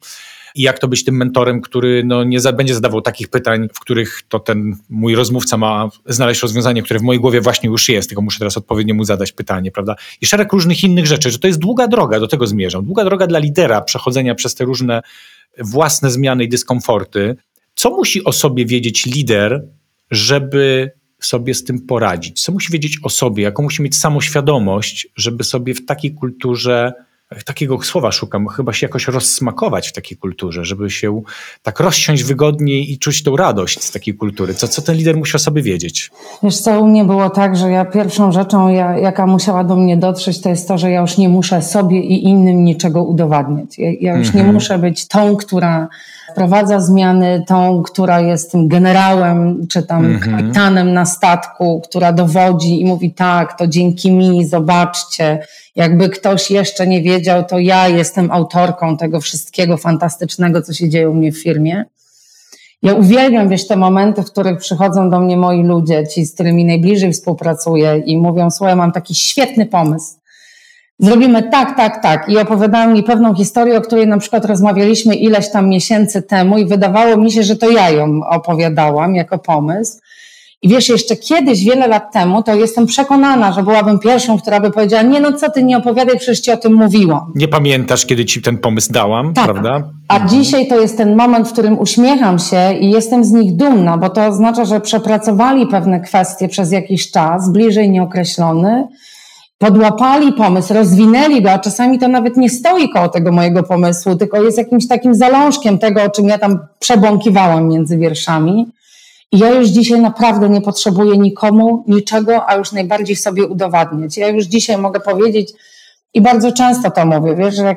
i jak to być tym mentorem, który nie będzie zadawał takich pytań, w których to ten mój rozmówca ma znaleźć rozwiązanie, które w mojej głowie właśnie już jest, tylko muszę teraz odpowiednio mu zadać pytanie, prawda? I szereg różnych innych rzeczy, że to jest długa droga, do tego zmierzam. Długa droga dla lidera, przechodzenia przez te różne własne zmiany i dyskomforty. Co musi o sobie wiedzieć lider, żeby sobie z tym poradzić? Co musi wiedzieć o sobie? Jaką musi mieć samoświadomość, żeby sobie w takiej kulturze, takiego słowa szukam, chyba się jakoś rozsmakować w takiej kulturze, żeby się tak rozsiąść wygodniej i czuć tą radość z takiej kultury. Co ten lider musi o sobie wiedzieć? Wiesz co, u mnie było tak, że pierwszą rzeczą, jaka musiała do mnie dotrzeć, to jest to, że ja już nie muszę sobie i innym niczego udowadniać. Ja już nie muszę być tą, która wprowadza zmiany, tą, która jest tym generałem, czy tam kapitanem na statku, która dowodzi i mówi tak, to dzięki mi, zobaczcie. Jakby ktoś jeszcze nie wiedział, to ja jestem autorką tego wszystkiego fantastycznego, co się dzieje u mnie w firmie. Ja uwielbiam, te momenty, w których przychodzą do mnie moi ludzie, ci, z którymi najbliżej współpracuję i mówią, słuchaj, mam taki świetny pomysł. Zrobimy tak. I opowiadają mi pewną historię, o której na przykład rozmawialiśmy ileś tam miesięcy temu i wydawało mi się, że to ja ją opowiadałam jako pomysł. I jeszcze kiedyś, wiele lat temu, to jestem przekonana, że byłabym pierwszą, która by powiedziała, co ty nie opowiadaj, przecież ci o tym mówiłam. Nie pamiętasz, kiedy ci ten pomysł dałam, tak. Prawda? A dzisiaj to jest ten moment, w którym uśmiecham się i jestem z nich dumna, bo to oznacza, że przepracowali pewne kwestie przez jakiś czas, bliżej nieokreślony, podłapali pomysł, rozwinęli go, a czasami to nawet nie stoi koło tego mojego pomysłu, tylko jest jakimś takim zalążkiem tego, o czym ja tam przebąkiwałam między wierszami. I ja już dzisiaj naprawdę nie potrzebuję nikomu niczego, a już najbardziej sobie udowadniać. Ja już dzisiaj mogę powiedzieć i bardzo często to mówię, że jak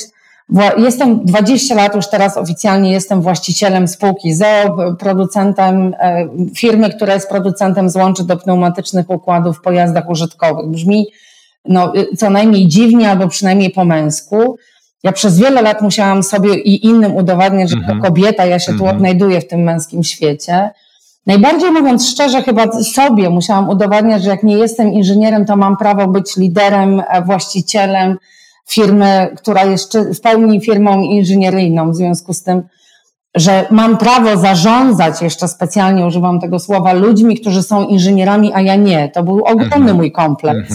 jestem 20 lat już teraz oficjalnie jestem właścicielem spółki ZOO, producentem firmy, która jest producentem złączy do pneumatycznych układów w pojazdach użytkowych. Brzmi co najmniej dziwnie albo przynajmniej po męsku. Ja przez wiele lat musiałam sobie i innym udowadniać, że jako kobieta ja się tu odnajduję w tym męskim świecie. Najbardziej mówiąc szczerze, chyba sobie musiałam udowadniać, że jak nie jestem inżynierem, to mam prawo być liderem, właścicielem firmy, która jest w pełni firmą inżynieryjną, w związku z tym, że mam prawo zarządzać, jeszcze specjalnie używam tego słowa, ludźmi, którzy są inżynierami, a ja nie. To był ogromny mój kompleks.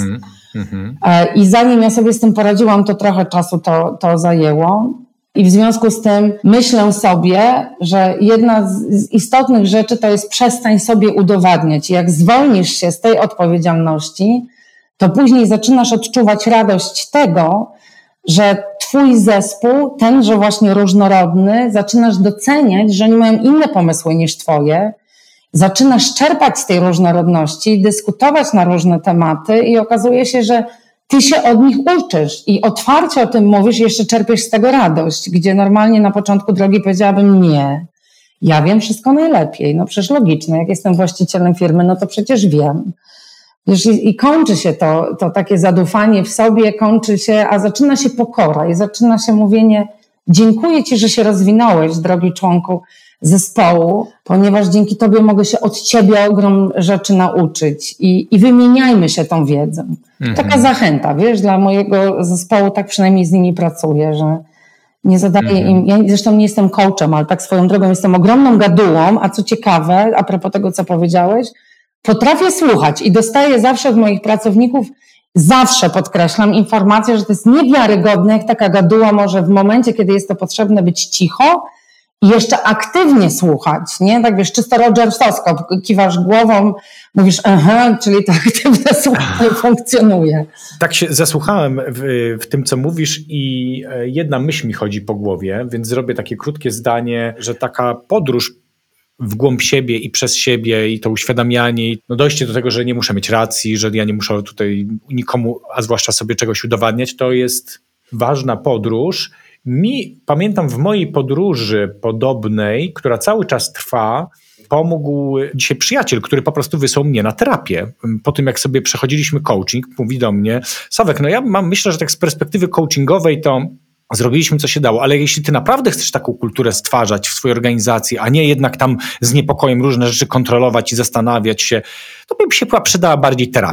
I zanim ja sobie z tym poradziłam, to trochę czasu to zajęło. I w związku z tym myślę sobie, że jedna z istotnych rzeczy to jest przestań sobie udowadniać. Jak zwolnisz się z tej odpowiedzialności, to później zaczynasz odczuwać radość tego, że twój zespół, tenże właśnie różnorodny, zaczynasz doceniać, że oni mają inne pomysły niż twoje, zaczynasz czerpać z tej różnorodności, dyskutować na różne tematy i okazuje się, że ty się od nich uczysz i otwarcie o tym mówisz i jeszcze czerpiesz z tego radość, gdzie normalnie na początku drogi powiedziałabym nie, ja wiem wszystko najlepiej, przecież logiczne, jak jestem właścicielem firmy, to przecież wiem. Wiesz, i kończy się to takie zadufanie w sobie, kończy się, a zaczyna się pokora i zaczyna się mówienie dziękuję ci, że się rozwinąłeś, drogi członku zespołu, ponieważ dzięki tobie mogę się od ciebie ogrom rzeczy nauczyć i wymieniajmy się tą wiedzą. Taka zachęta, dla mojego zespołu, tak przynajmniej z nimi pracuję, że nie zadaję im, ja zresztą nie jestem coachem, ale tak swoją drogą jestem ogromną gadułą, a co ciekawe, a propos tego, co powiedziałeś, potrafię słuchać i dostaję zawsze od moich pracowników, zawsze podkreślam informację, że to jest niewiarygodne, jak taka gaduła może w momencie, kiedy jest to potrzebne, być cicho i jeszcze aktywnie słuchać, nie? Tak czysto Rogersowsko, kiwasz głową, mówisz czyli to aktywne słuchanie funkcjonuje. Tak się zasłuchałem w tym, co mówisz i jedna myśl mi chodzi po głowie, więc zrobię takie krótkie zdanie, że taka podróż w głąb siebie i przez siebie i to uświadamianie, dojście do tego, że nie muszę mieć racji, że ja nie muszę tutaj nikomu, a zwłaszcza sobie czegoś udowadniać, to jest ważna podróż. Pamiętam w mojej podróży podobnej, która cały czas trwa, pomógł dzisiaj przyjaciel, który po prostu wysłał mnie na terapię. Po tym, jak sobie przechodziliśmy coaching, mówi do mnie, Sławek, myślę, że tak z perspektywy coachingowej to zrobiliśmy, co się dało, ale jeśli ty naprawdę chcesz taką kulturę stwarzać w swojej organizacji, a nie jednak tam z niepokojem różne rzeczy kontrolować i zastanawiać się, to by się przydała bardziej terapia.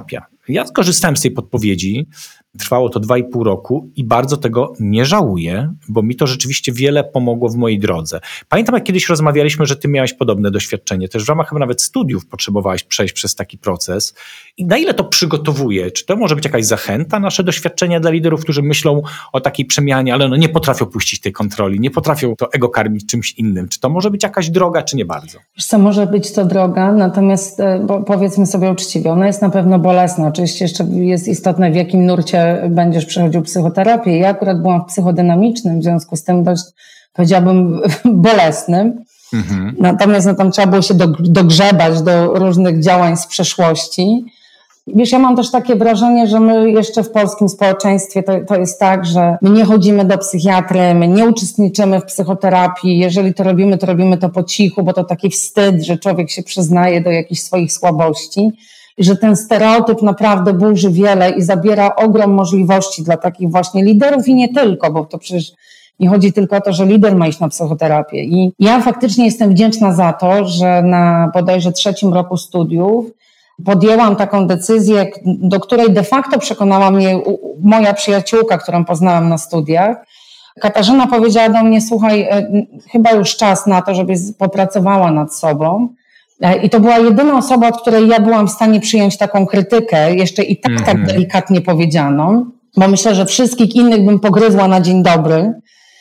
Ja skorzystałem z tej podpowiedzi, trwało to 2,5 roku i bardzo tego nie żałuję, bo mi to rzeczywiście wiele pomogło w mojej drodze. Pamiętam, jak kiedyś rozmawialiśmy, że ty miałeś podobne doświadczenie, też w ramach chyba nawet studiów potrzebowałeś przejść przez taki proces. I na ile to przygotowuje? Czy to może być jakaś zachęta, nasze doświadczenia dla liderów, którzy myślą o takiej przemianie, ale nie potrafią puścić tej kontroli, nie potrafią to ego karmić czymś innym? Czy to może być jakaś droga, czy nie bardzo? Wiesz co, może być to droga, natomiast bo powiedzmy sobie uczciwie, ona jest na pewno bolesna. Oczywiście jeszcze jest istotne, w jakim nurcie będziesz przechodził psychoterapię. Ja akurat byłam w psychodynamicznym, w związku z tym dość, powiedziałabym, bolesnym. Natomiast tam trzeba było się dogrzebać do różnych działań z przeszłości. Wiesz, ja mam też takie wrażenie, że my jeszcze w polskim społeczeństwie to jest tak, że my nie chodzimy do psychiatry, my nie uczestniczymy w psychoterapii. Jeżeli to robimy to po cichu, bo to taki wstyd, że człowiek się przyznaje do jakichś swoich słabości. I że ten stereotyp naprawdę burzy wiele i zabiera ogrom możliwości dla takich właśnie liderów i nie tylko, bo to przecież nie chodzi tylko o to, że lider ma iść na psychoterapię. I ja faktycznie jestem wdzięczna za to, że na bodajże 3. roku studiów podjęłam taką decyzję, do której de facto przekonała mnie moja przyjaciółka, którą poznałam na studiach. Katarzyna powiedziała do mnie: słuchaj, chyba już czas na to, żebyś popracowała nad sobą. I to była jedyna osoba, od której ja byłam w stanie przyjąć taką krytykę, jeszcze i tak delikatnie powiedzianą, bo myślę, że wszystkich innych bym pogryzła na dzień dobry.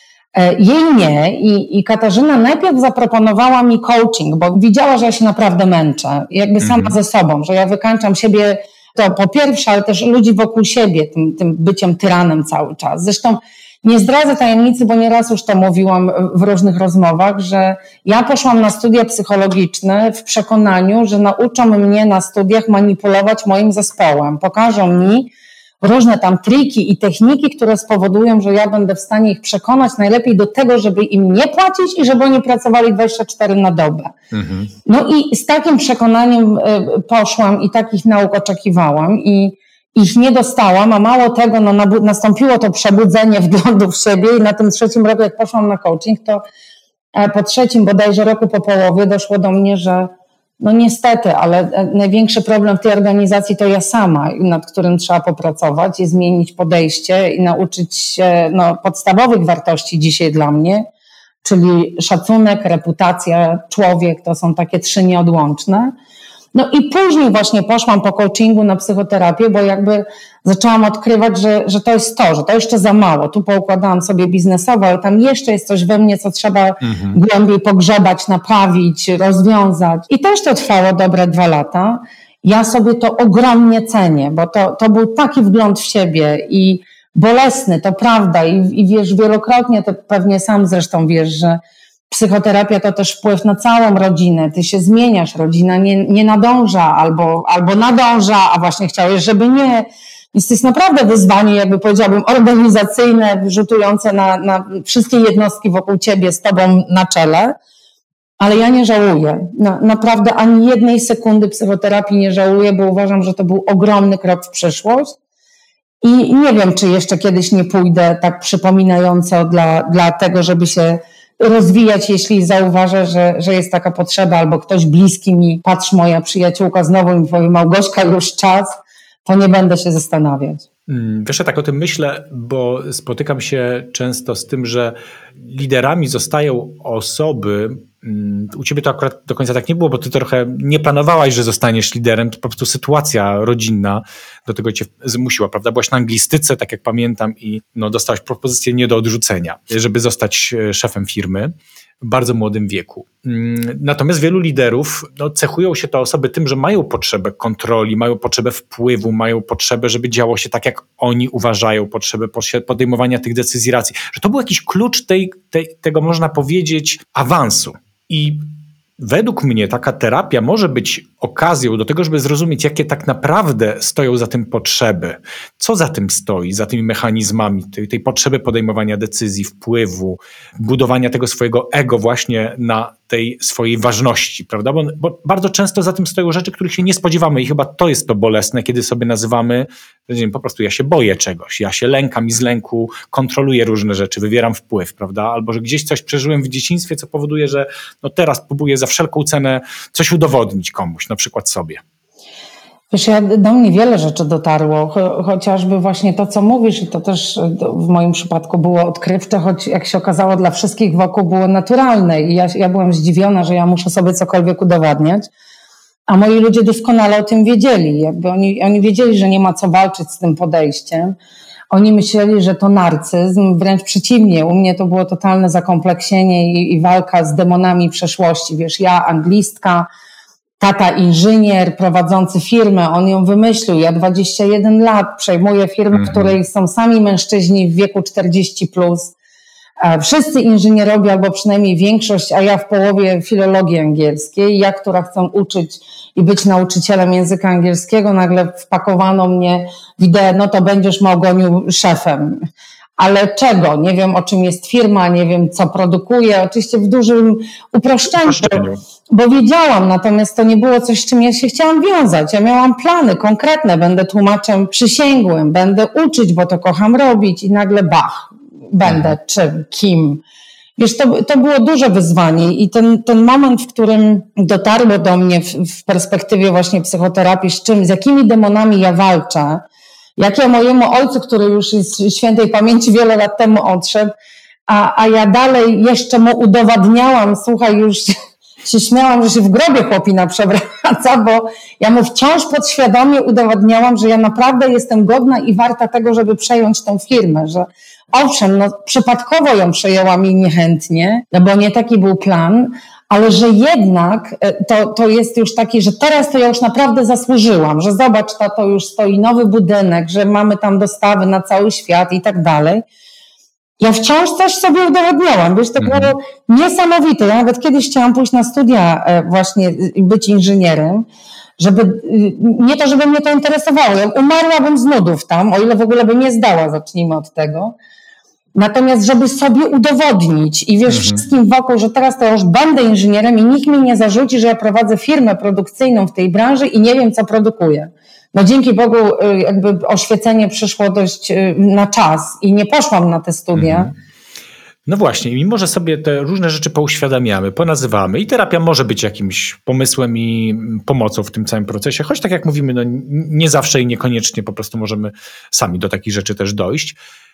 Jej nie. I Katarzyna najpierw zaproponowała mi coaching, bo widziała, że ja się naprawdę męczę. Jakby sama ze sobą, że ja wykańczam siebie, to po pierwsze, ale też ludzi wokół siebie, tym byciem tyranem cały czas. Zresztą nie zdradzę tajemnicy, bo nieraz już to mówiłam w różnych rozmowach, że ja poszłam na studia psychologiczne w przekonaniu, że nauczą mnie na studiach manipulować moim zespołem. Pokażą mi różne tam triki i techniki, które spowodują, że ja będę w stanie ich przekonać najlepiej do tego, żeby im nie płacić i żeby oni pracowali 24 na dobę. No i z takim przekonaniem poszłam i takich nauk oczekiwałam i ich nie dostałam, a mało tego, nastąpiło to przebudzenie wglądu w siebie i na tym 3. roku, jak poszłam na coaching, to po 3. bodajże roku po połowie doszło do mnie, że no niestety, ale największy problem w tej organizacji to ja sama, nad którym trzeba popracować i zmienić podejście i nauczyć się podstawowych wartości dzisiaj dla mnie, czyli szacunek, reputacja, człowiek, to są takie 3 nieodłączne. No i później właśnie poszłam po coachingu na psychoterapię, bo jakby zaczęłam odkrywać, że to jest to, że to jeszcze za mało. Tu poukładałam sobie biznesowo, ale tam jeszcze jest coś we mnie, co trzeba głębiej pogrzebać, naprawić, rozwiązać. I też to trwało dobre 2 lata. Ja sobie to ogromnie cenię, bo to był taki wgląd w siebie i bolesny, to prawda. I wiesz, wielokrotnie, to pewnie sam zresztą wiesz, że psychoterapia to też wpływ na całą rodzinę. Ty się zmieniasz, rodzina nie nadąża albo nadąża, a właśnie chciałeś, żeby nie. Więc to jest naprawdę wyzwanie, jakby powiedziałabym, organizacyjne, rzutujące na wszystkie jednostki wokół ciebie z tobą na czele. Ale ja nie żałuję. Naprawdę ani jednej sekundy psychoterapii nie żałuję, bo uważam, że to był ogromny krok w przyszłość. I nie wiem, czy jeszcze kiedyś nie pójdę tak przypominająco dla tego, żeby się rozwijać, jeśli zauważę, że jest taka potrzeba, albo ktoś bliski mi, patrz, moja przyjaciółka znowu mi powie: Małgośka, już czas, to nie będę się zastanawiać. Wiesz, ja tak o tym myślę, bo spotykam się często z tym, że liderami zostają osoby, u ciebie to akurat do końca tak nie było, bo ty trochę nie planowałaś, że zostaniesz liderem, to po prostu sytuacja rodzinna do tego cię zmusiła, prawda? Byłaś na anglistyce, tak jak pamiętam, i dostałaś propozycję nie do odrzucenia, żeby zostać szefem firmy w bardzo młodym wieku. Natomiast wielu liderów cechują się te osoby tym, że mają potrzebę kontroli, mają potrzebę wpływu, mają potrzebę, żeby działo się tak, jak oni uważają, potrzebę podejmowania tych decyzji racji. Że to był jakiś klucz tego, można powiedzieć, awansu. I według mnie taka terapia może być okazją do tego, żeby zrozumieć, jakie tak naprawdę stoją za tym potrzeby. Co za tym stoi, za tymi mechanizmami tej potrzeby podejmowania decyzji, wpływu, budowania tego swojego ego właśnie na tej swojej ważności, prawda? Bo bardzo często za tym stoją rzeczy, których się nie spodziewamy i chyba to jest to bolesne, kiedy sobie nazywamy, że po prostu ja się boję czegoś, ja się lękam i z lęku kontroluję różne rzeczy, wywieram wpływ, prawda? Albo że gdzieś coś przeżyłem w dzieciństwie, co powoduje, że teraz próbuję za wszelką cenę coś udowodnić komuś, na przykład sobie. Wiesz, do mnie wiele rzeczy dotarło, chociażby właśnie to, co mówisz, i to też w moim przypadku było odkrywcze, choć jak się okazało dla wszystkich wokół było naturalne i ja byłam zdziwiona, że ja muszę sobie cokolwiek udowadniać, a moi ludzie doskonale o tym wiedzieli, jakby oni wiedzieli, że nie ma co walczyć z tym podejściem. Oni myśleli, że to narcyzm, wręcz przeciwnie, u mnie to było totalne zakompleksienie i walka z demonami przeszłości, wiesz, ja anglistka, tata inżynier prowadzący firmę, on ją wymyślił. Ja 21 lat przejmuję firmę, w której są sami mężczyźni w wieku 40+. Wszyscy inżynierowie, albo przynajmniej większość, a ja w połowie filologii angielskiej. Ja, która chcę uczyć i być nauczycielem języka angielskiego, nagle wpakowano mnie w ideę, no to będziesz, Małgoniu, szefem. Ale czego? Nie wiem, o czym jest firma, nie wiem, co produkuje. Oczywiście w dużym uproszczeniu, bo wiedziałam, natomiast to nie było coś, z czym ja się chciałam wiązać. Ja miałam plany konkretne, będę tłumaczem przysięgłym, będę uczyć, bo to kocham robić i nagle bach, będę czym, kim. Wiesz, to było duże wyzwanie i ten moment, w którym dotarło do mnie w perspektywie właśnie psychoterapii, z jakimi demonami ja walczę, jak ja mojemu ojcu, który już jest świętej pamięci wiele lat temu odszedł, a ja dalej jeszcze mu udowadniałam, słuchaj, już się śmiałam, że się w grobie chłopina przewraca, bo ja mu wciąż podświadomie udowadniałam, że ja naprawdę jestem godna i warta tego, żeby przejąć tą firmę, że owszem, no przypadkowo ją przejęłam i niechętnie, no bo nie taki był plan, ale że jednak to jest już taki, że teraz to ja już naprawdę zasłużyłam, że zobacz, to już stoi nowy budynek, że mamy tam dostawy na cały świat i tak dalej. Ja wciąż coś sobie udowadniałam, wiesz, to było niesamowite. Ja nawet kiedyś chciałam pójść na studia właśnie i być inżynierem, nie to, żeby mnie to interesowało. Ja umarłabym z nudów tam, o ile w ogóle bym nie zdała, zacznijmy od tego. Natomiast, żeby sobie udowodnić i wiesz wszystkim wokół, że teraz to ja już będę inżynierem i nikt mi nie zarzuci, że ja prowadzę firmę produkcyjną w tej branży i nie wiem, co produkuję. No dzięki Bogu jakby oświecenie przyszło dość na czas i nie poszłam na te studia. No właśnie, mimo że sobie te różne rzeczy pouświadamiamy, ponazywamy i terapia może być jakimś pomysłem i pomocą w tym całym procesie, choć tak jak mówimy, no nie zawsze i niekoniecznie po prostu możemy sami do takich rzeczy też dojść,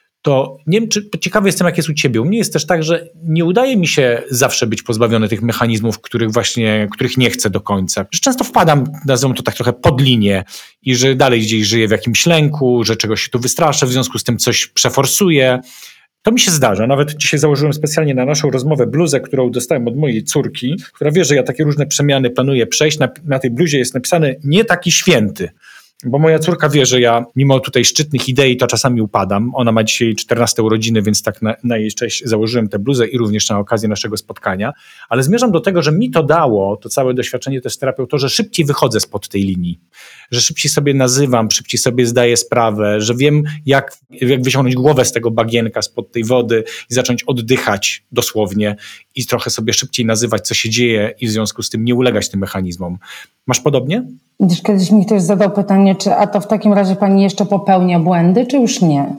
to nie wiem, czy ciekawy jestem, jak jest u ciebie. U mnie jest też tak, że nie udaje mi się zawsze być pozbawiony tych mechanizmów, których nie chcę do końca. Że często wpadam, nazwijmy to tak trochę pod linię i że dalej gdzieś żyję w jakimś lęku, że czegoś się tu wystraszę, w związku z tym coś przeforsuję. To mi się zdarza. Nawet dzisiaj założyłem specjalnie na naszą rozmowę bluzę, którą dostałem od mojej córki, która wie, że ja takie różne przemiany planuję przejść. Na tej bluzie jest napisane nie taki święty. Bo moja córka wie, że ja mimo tutaj szczytnych idei to czasami upadam. Ona ma dzisiaj 14 urodziny, więc tak na jej cześć założyłem tę bluzę i również na okazję naszego spotkania. Ale zmierzam do tego, że mi to dało, to całe doświadczenie też z terapią, to, że szybciej wychodzę spod tej linii. Że szybciej sobie nazywam, szybciej sobie zdaję sprawę, że wiem jak wyciągnąć głowę z tego bagienka, spod tej wody i zacząć oddychać dosłownie i trochę sobie szybciej nazywać, co się dzieje i w związku z tym nie ulegać tym mechanizmom. Masz podobnie? Wiesz, kiedyś mi ktoś zadał pytanie, a to w takim razie pani jeszcze popełnia błędy, czy już nie?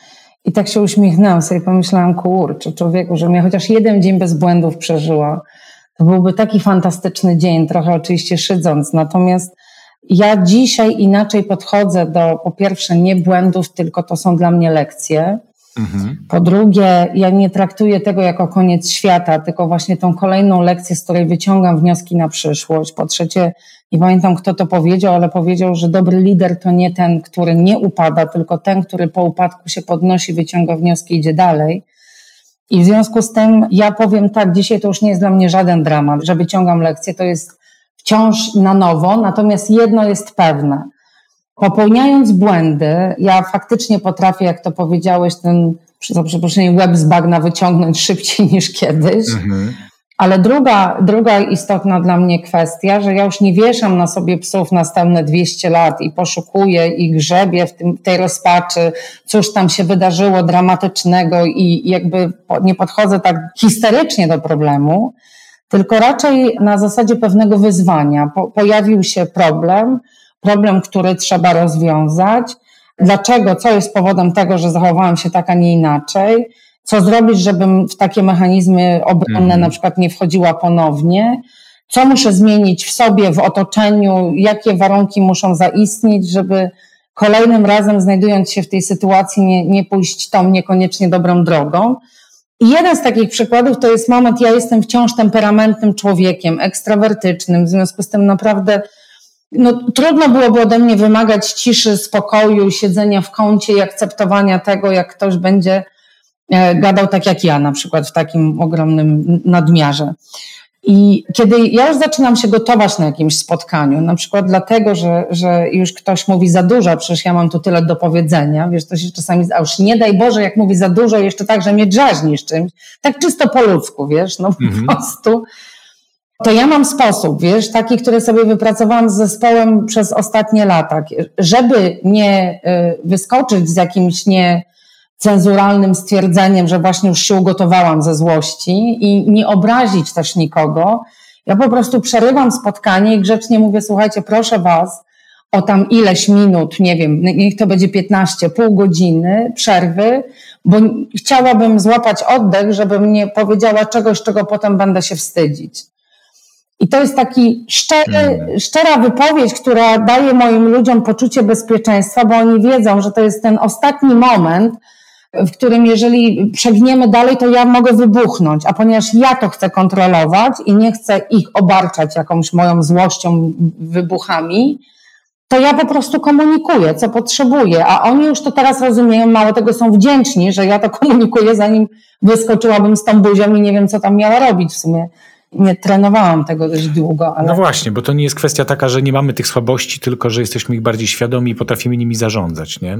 I tak się uśmiechnęłam sobie i pomyślałam, kurczę, człowieku, żebym ja chociaż jeden dzień bez błędów przeżyła, to byłby taki fantastyczny dzień, trochę oczywiście szydząc. Natomiast ja dzisiaj inaczej podchodzę do, po pierwsze, nie błędów, tylko to są dla mnie lekcje. Po drugie, ja nie traktuję tego jako koniec świata, tylko właśnie tą kolejną lekcję, z której wyciągam wnioski na przyszłość. Po trzecie, nie pamiętam, kto to powiedział, ale powiedział, że dobry lider to nie ten, który nie upada, tylko ten, który po upadku się podnosi, wyciąga wnioski i idzie dalej. I w związku z tym ja powiem tak, dzisiaj to już nie jest dla mnie żaden dramat, że wyciągam lekcję, to jest wciąż na nowo, natomiast jedno jest pewne. Popełniając błędy, ja faktycznie potrafię, jak to powiedziałeś, ten, za przeproszeniem, łeb z bagna wyciągnąć szybciej niż kiedyś. Ale druga istotna dla mnie kwestia, że ja już nie wieszam na sobie psów następne 200 lat i poszukuję i grzebię w tej rozpaczy, cóż tam się wydarzyło dramatycznego i jakby nie podchodzę tak histerycznie do problemu, tylko raczej na zasadzie pewnego wyzwania. Pojawił się problem, który trzeba rozwiązać. Dlaczego? Co jest powodem tego, że zachowałam się tak, a nie inaczej? Co zrobić, żebym w takie mechanizmy obronne na przykład nie wchodziła ponownie? co muszę zmienić w sobie, w otoczeniu, jakie warunki muszą zaistnieć, żeby kolejnym razem, znajdując się w tej sytuacji, nie pójść tą niekoniecznie dobrą drogą. I jeden z takich przykładów to jest moment, ja jestem wciąż temperamentnym człowiekiem, ekstrawertycznym, w związku z tym naprawdę trudno byłoby ode mnie wymagać ciszy, spokoju, siedzenia w kącie i akceptowania tego, jak ktoś będzie gadał tak jak ja, na przykład w takim ogromnym nadmiarze. I kiedy ja już zaczynam się gotować na jakimś spotkaniu, na przykład dlatego, że już ktoś mówi za dużo, przecież ja mam tu tyle do powiedzenia, wiesz, to się czasami, a już nie daj Boże, jak mówi za dużo, jeszcze tak, że mnie drażnisz czymś, tak czysto po ludzku, wiesz, po prostu. To ja mam sposób, wiesz, taki, który sobie wypracowałam z zespołem przez ostatnie lata, żeby nie wyskoczyć z jakimś cenzuralnym stwierdzeniem, że właśnie już się ugotowałam ze złości i nie obrazić też nikogo. Ja po prostu przerywam spotkanie i grzecznie mówię, słuchajcie, proszę was o tam ileś minut, nie wiem, niech to będzie 15, pół godziny przerwy, bo chciałabym złapać oddech, żebym nie powiedziała czegoś, czego potem będę się wstydzić. I to jest taki szczera wypowiedź, która daje moim ludziom poczucie bezpieczeństwa, bo oni wiedzą, że to jest ten ostatni moment, w którym jeżeli przegniemy dalej, to ja mogę wybuchnąć, a ponieważ ja to chcę kontrolować i nie chcę ich obarczać jakąś moją złością, wybuchami, to ja po prostu komunikuję, co potrzebuję, a oni już to teraz rozumieją, mało tego są wdzięczni, że ja to komunikuję, zanim wyskoczyłabym z tą buzią i nie wiem, co tam miała robić w sumie. Nie trenowałam tego dość długo. Ale... No właśnie, bo to nie jest kwestia taka, że nie mamy tych słabości, tylko że jesteśmy ich bardziej świadomi i potrafimy nimi zarządzać, nie?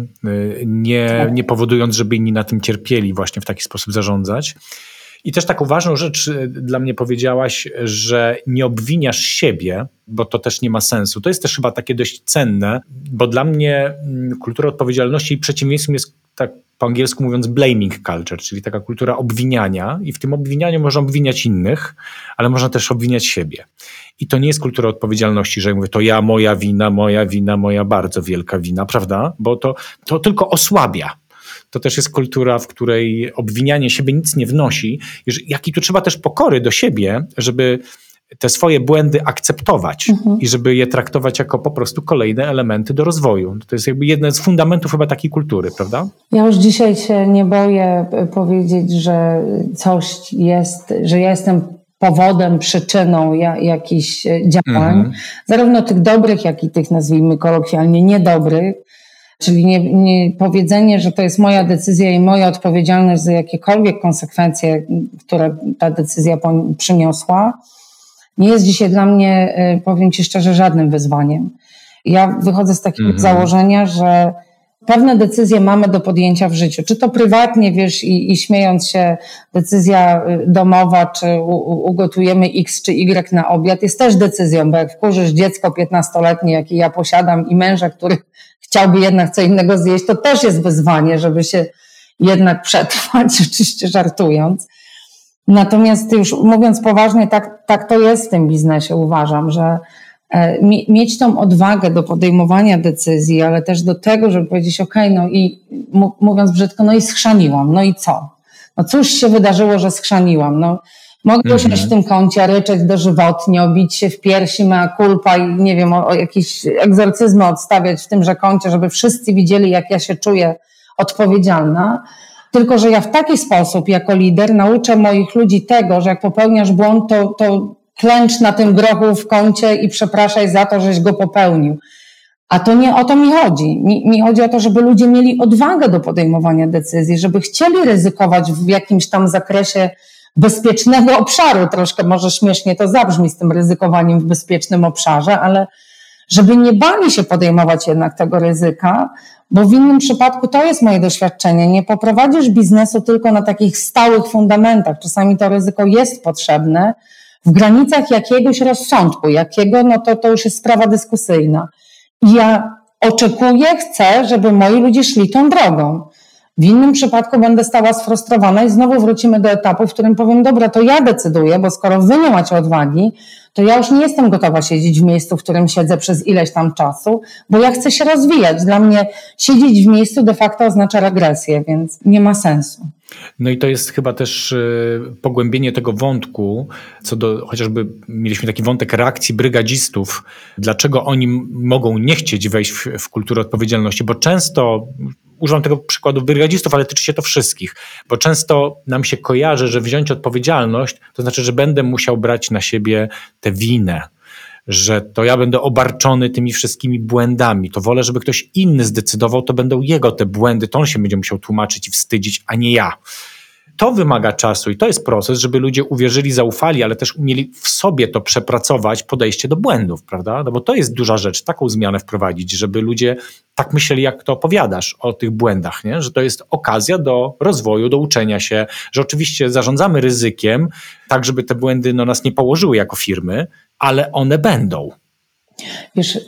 Nie powodując, żeby inni na tym cierpieli, właśnie w taki sposób zarządzać. I też taką ważną rzecz dla mnie powiedziałaś, że nie obwiniasz siebie, bo to też nie ma sensu. To jest też chyba takie dość cenne, bo dla mnie kultura odpowiedzialności i przeciwieństwem jest, tak po angielsku mówiąc, blaming culture, czyli taka kultura obwiniania i w tym obwinianiu można obwiniać innych, ale można też obwiniać siebie. I to nie jest kultura odpowiedzialności, że mówię, to ja, moja wina, moja bardzo wielka wina, prawda? Bo to tylko osłabia. To też jest kultura, w której obwinianie siebie nic nie wnosi. Jak i tu trzeba też pokory do siebie, żeby te swoje błędy akceptować i żeby je traktować jako po prostu kolejne elementy do rozwoju. To jest jakby jeden z fundamentów chyba takiej kultury, prawda? Ja już dzisiaj się nie boję powiedzieć, że coś jest, że ja jestem powodem, przyczyną jakichś działań, zarówno tych dobrych, jak i tych, nazwijmy kolokwialnie, niedobrych. Czyli nie powiedzenie, że to jest moja decyzja i moja odpowiedzialność za jakiekolwiek konsekwencje, które ta decyzja przyniosła, nie jest dzisiaj dla mnie, powiem ci szczerze, żadnym wyzwaniem. Ja wychodzę z takiego założenia, że pewne decyzje mamy do podjęcia w życiu. Czy to prywatnie, wiesz, i śmiejąc się, decyzja domowa, czy ugotujemy X czy Y na obiad, jest też decyzją, bo jak wkurzysz dziecko 15-letnie, jakie ja posiadam, i męża, który chciałby jednak co innego zjeść, to też jest wyzwanie, żeby się jednak przetrwać, oczywiście żartując. Natomiast już mówiąc poważnie, tak to jest w tym biznesie, uważam, że mieć tą odwagę do podejmowania decyzji, ale też do tego, żeby powiedzieć no i mówiąc brzydko, i schrzaniłam, no i co? No cóż się wydarzyło, że schrzaniłam? Mogę usiąść w tym kącie, ryczeć dożywotnie, obić się w piersi, mea culpa i nie wiem, o jakieś egzorcyzmy odstawiać w tymże kącie, żeby wszyscy widzieli, jak ja się czuję odpowiedzialna. Tylko że ja w taki sposób jako lider nauczę moich ludzi tego, że jak popełniasz błąd, to klęcz na tym grochu w kącie i przepraszaj za to, żeś go popełnił. A to nie o to mi chodzi. Mi chodzi o to, żeby ludzie mieli odwagę do podejmowania decyzji, żeby chcieli ryzykować w jakimś tam zakresie bezpiecznego obszaru. Troszkę może śmiesznie to zabrzmi z tym ryzykowaniem w bezpiecznym obszarze, ale żeby nie bali się podejmować jednak tego ryzyka, bo w innym przypadku to jest moje doświadczenie. Nie poprowadzisz biznesu tylko na takich stałych fundamentach. Czasami to ryzyko jest potrzebne w granicach jakiegoś rozsądku. Jakiego, to już jest sprawa dyskusyjna. I ja oczekuję, chcę, żeby moi ludzie szli tą drogą. W innym przypadku będę stała sfrustrowana i znowu wrócimy do etapu, w którym powiem, dobra, to ja decyduję, bo skoro wy nie macie odwagi, to ja już nie jestem gotowa siedzieć w miejscu, w którym siedzę przez ileś tam czasu, bo ja chcę się rozwijać. Dla mnie siedzieć w miejscu de facto oznacza regresję, więc nie ma sensu. No i to jest chyba też pogłębienie tego wątku, co do chociażby mieliśmy taki wątek reakcji brygadzistów, dlaczego oni mogą nie chcieć wejść w kulturę odpowiedzialności, bo często, używam tego przykładu brygadzistów, ale tyczy się to wszystkich, bo często nam się kojarzy, że wziąć odpowiedzialność, to znaczy, że będę musiał brać na siebie tę winę, że to ja będę obarczony tymi wszystkimi błędami, to wolę, żeby ktoś inny zdecydował, to będą jego te błędy, to on się będzie musiał tłumaczyć i wstydzić, a nie ja. To wymaga czasu i to jest proces, żeby ludzie uwierzyli, zaufali, ale też umieli w sobie to przepracować, podejście do błędów, prawda? No bo to jest duża rzecz, taką zmianę wprowadzić, żeby ludzie tak myśleli, jak to opowiadasz o tych błędach, nie? Że to jest okazja do rozwoju, do uczenia się, że oczywiście zarządzamy ryzykiem, tak żeby te błędy nas nie położyły jako firmy, ale one będą. Wiesz,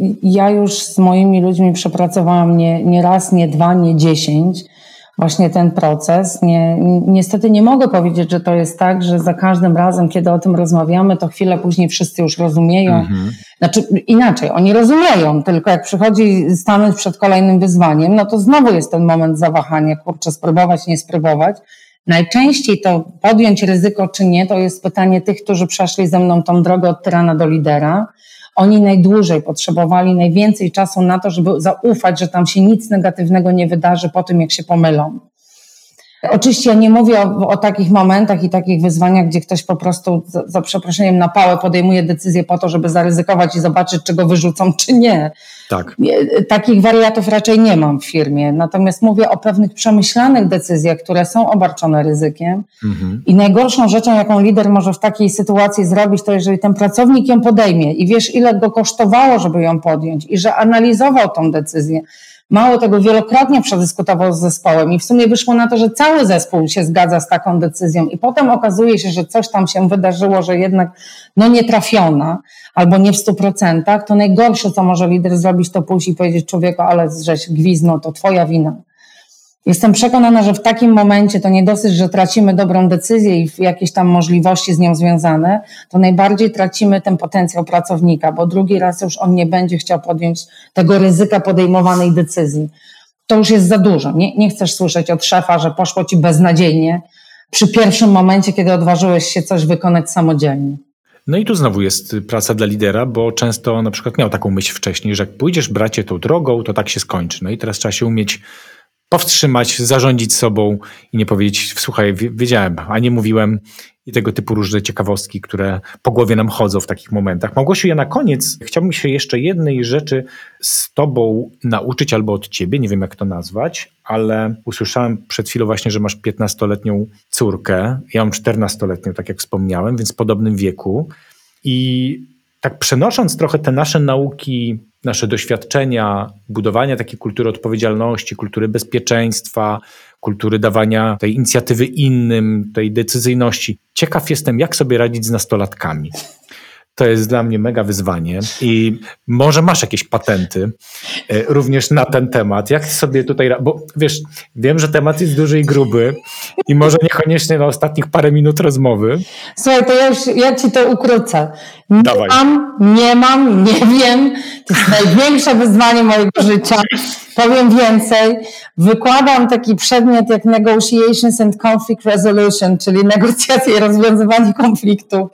ja już z moimi ludźmi przepracowałam nie raz, nie dwa, nie 10 właśnie ten proces. Niestety nie mogę powiedzieć, że to jest tak, że za każdym razem, kiedy o tym rozmawiamy, to chwilę później wszyscy już rozumieją. Znaczy inaczej, oni rozumieją, tylko jak przychodzi stanąć przed kolejnym wyzwaniem, no to znowu jest ten moment zawahania, kurczę, spróbować, nie spróbować. Najczęściej to podjąć ryzyko czy nie, to jest pytanie tych, którzy przeszli ze mną tą drogę od tyrana do lidera. Oni najdłużej potrzebowali, najwięcej czasu na to, żeby zaufać, że tam się nic negatywnego nie wydarzy po tym, jak się pomylą. Oczywiście ja nie mówię o takich momentach i takich wyzwaniach, gdzie ktoś po prostu za przeproszeniem na pałę podejmuje decyzję po to, żeby zaryzykować i zobaczyć, czy go wyrzucą, czy nie. Tak. Takich wariatów raczej nie mam w firmie. Natomiast mówię o pewnych przemyślanych decyzjach, które są obarczone ryzykiem. I najgorszą rzeczą, jaką lider może w takiej sytuacji zrobić, to jeżeli ten pracownik ją podejmie i wiesz, ile go kosztowało, żeby ją podjąć i że analizował tą decyzję. Mało tego, wielokrotnie przedyskutował z zespołem i w sumie wyszło na to, że cały zespół się zgadza z taką decyzją i potem okazuje się, że coś tam się wydarzyło, że jednak nie trafiona albo nie w 100%, to najgorsze, co może lider zrobić, to pójść i powiedzieć człowieku, ale żeś gwizdnął, to twoja wina. Jestem przekonana, że w takim momencie to nie dosyć, że tracimy dobrą decyzję i jakieś tam możliwości z nią związane, to najbardziej tracimy ten potencjał pracownika, bo drugi raz już on nie będzie chciał podjąć tego ryzyka podejmowanej decyzji. To już jest za dużo. Nie chcesz słyszeć od szefa, że poszło ci beznadziejnie przy pierwszym momencie, kiedy odważyłeś się coś wykonać samodzielnie. No i tu znowu jest praca dla lidera, bo często na przykład miał taką myśl wcześniej, że jak pójdziesz, bracie, tą drogą, to tak się skończy. No i teraz trzeba się umieć powstrzymać, zarządzić sobą i nie powiedzieć, słuchaj, wiedziałem, a nie mówiłem, i tego typu różne ciekawostki, które po głowie nam chodzą w takich momentach. Małgosiu, ja na koniec chciałbym się jeszcze jednej rzeczy z tobą nauczyć albo od ciebie, nie wiem jak to nazwać, ale usłyszałem przed chwilą właśnie, że masz 15-letnią córkę, ja mam 14-letnią, tak jak wspomniałem, więc w podobnym wieku i tak przenosząc trochę te nasze nauki, nasze doświadczenia, budowania takiej kultury odpowiedzialności, kultury bezpieczeństwa, kultury dawania tej inicjatywy innym, tej decyzyjności. Ciekaw jestem, jak sobie radzić z nastolatkami. To jest dla mnie mega wyzwanie i może masz jakieś patenty również na ten temat. Jak sobie tutaj, bo wiesz, wiem, że temat jest duży i gruby i może niekoniecznie na ostatnich parę minut rozmowy. Słuchaj, to ja ci to ukrócę. Dawaj. Nie mam, nie wiem. To jest największe wyzwanie mojego życia. Powiem więcej. Wykładam taki przedmiot jak Negotiations and Conflict Resolution, czyli negocjacje i rozwiązywanie konfliktów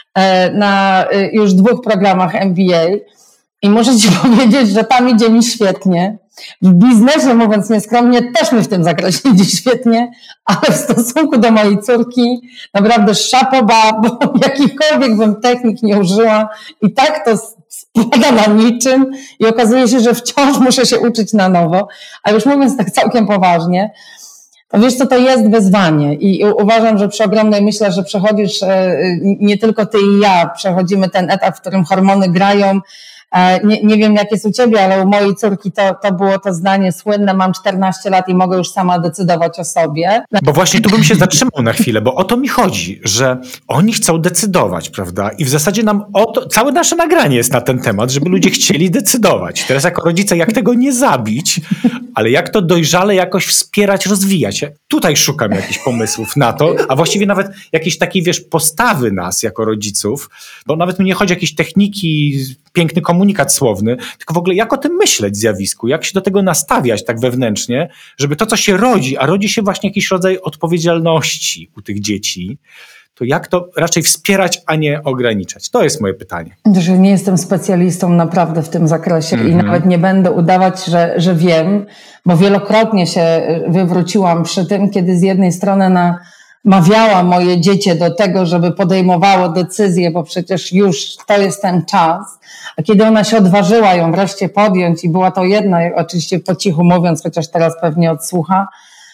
na już 2 programach MBA i muszę ci powiedzieć, że tam idzie mi świetnie. W biznesie, mówiąc nieskromnie, też mi w tym zakresie idzie świetnie, ale w stosunku do mojej córki naprawdę szapoba, bo jakichkolwiek bym technik nie użyła i tak to spada na niczym i okazuje się, że wciąż muszę się uczyć na nowo. A już mówiąc tak całkiem poważnie, wiesz co, to jest wyzwanie i uważam, że przy ogromnej myślę, że przechodzisz, nie tylko ty i ja, przechodzimy ten etap, w którym hormony grają. Nie wiem jak jest u ciebie, ale u mojej córki to było to zdanie słynne, mam 14 lat i mogę już sama decydować o sobie. Bo właśnie tu bym się zatrzymał na chwilę, bo o to mi chodzi, że oni chcą decydować, prawda? I w zasadzie nam całe nasze nagranie jest na ten temat, żeby ludzie chcieli decydować. Teraz jako rodzice, jak tego nie zabić, ale jak to dojrzale jakoś wspierać, rozwijać. Ja tutaj szukam jakichś pomysłów na to, a właściwie nawet jakiejś takiej, postawy nas jako rodziców, bo nawet mi nie chodzi o jakieś techniki piękny komunikat słowny, tylko w ogóle jak o tym myśleć zjawisku, jak się do tego nastawiać tak wewnętrznie, żeby to, co się rodzi, a rodzi się właśnie jakiś rodzaj odpowiedzialności u tych dzieci, to jak to raczej wspierać, a nie ograniczać? To jest moje pytanie. Że nie jestem specjalistą naprawdę w tym zakresie i nawet nie będę udawać, że wiem, bo wielokrotnie się wywróciłam przy tym, kiedy z jednej strony namawiałam moje dziecię do tego, żeby podejmowało decyzje, bo przecież już to jest ten czas, a kiedy ona się odważyła ją wreszcie podjąć i była to jedna, oczywiście po cichu mówiąc, chociaż teraz pewnie odsłucha,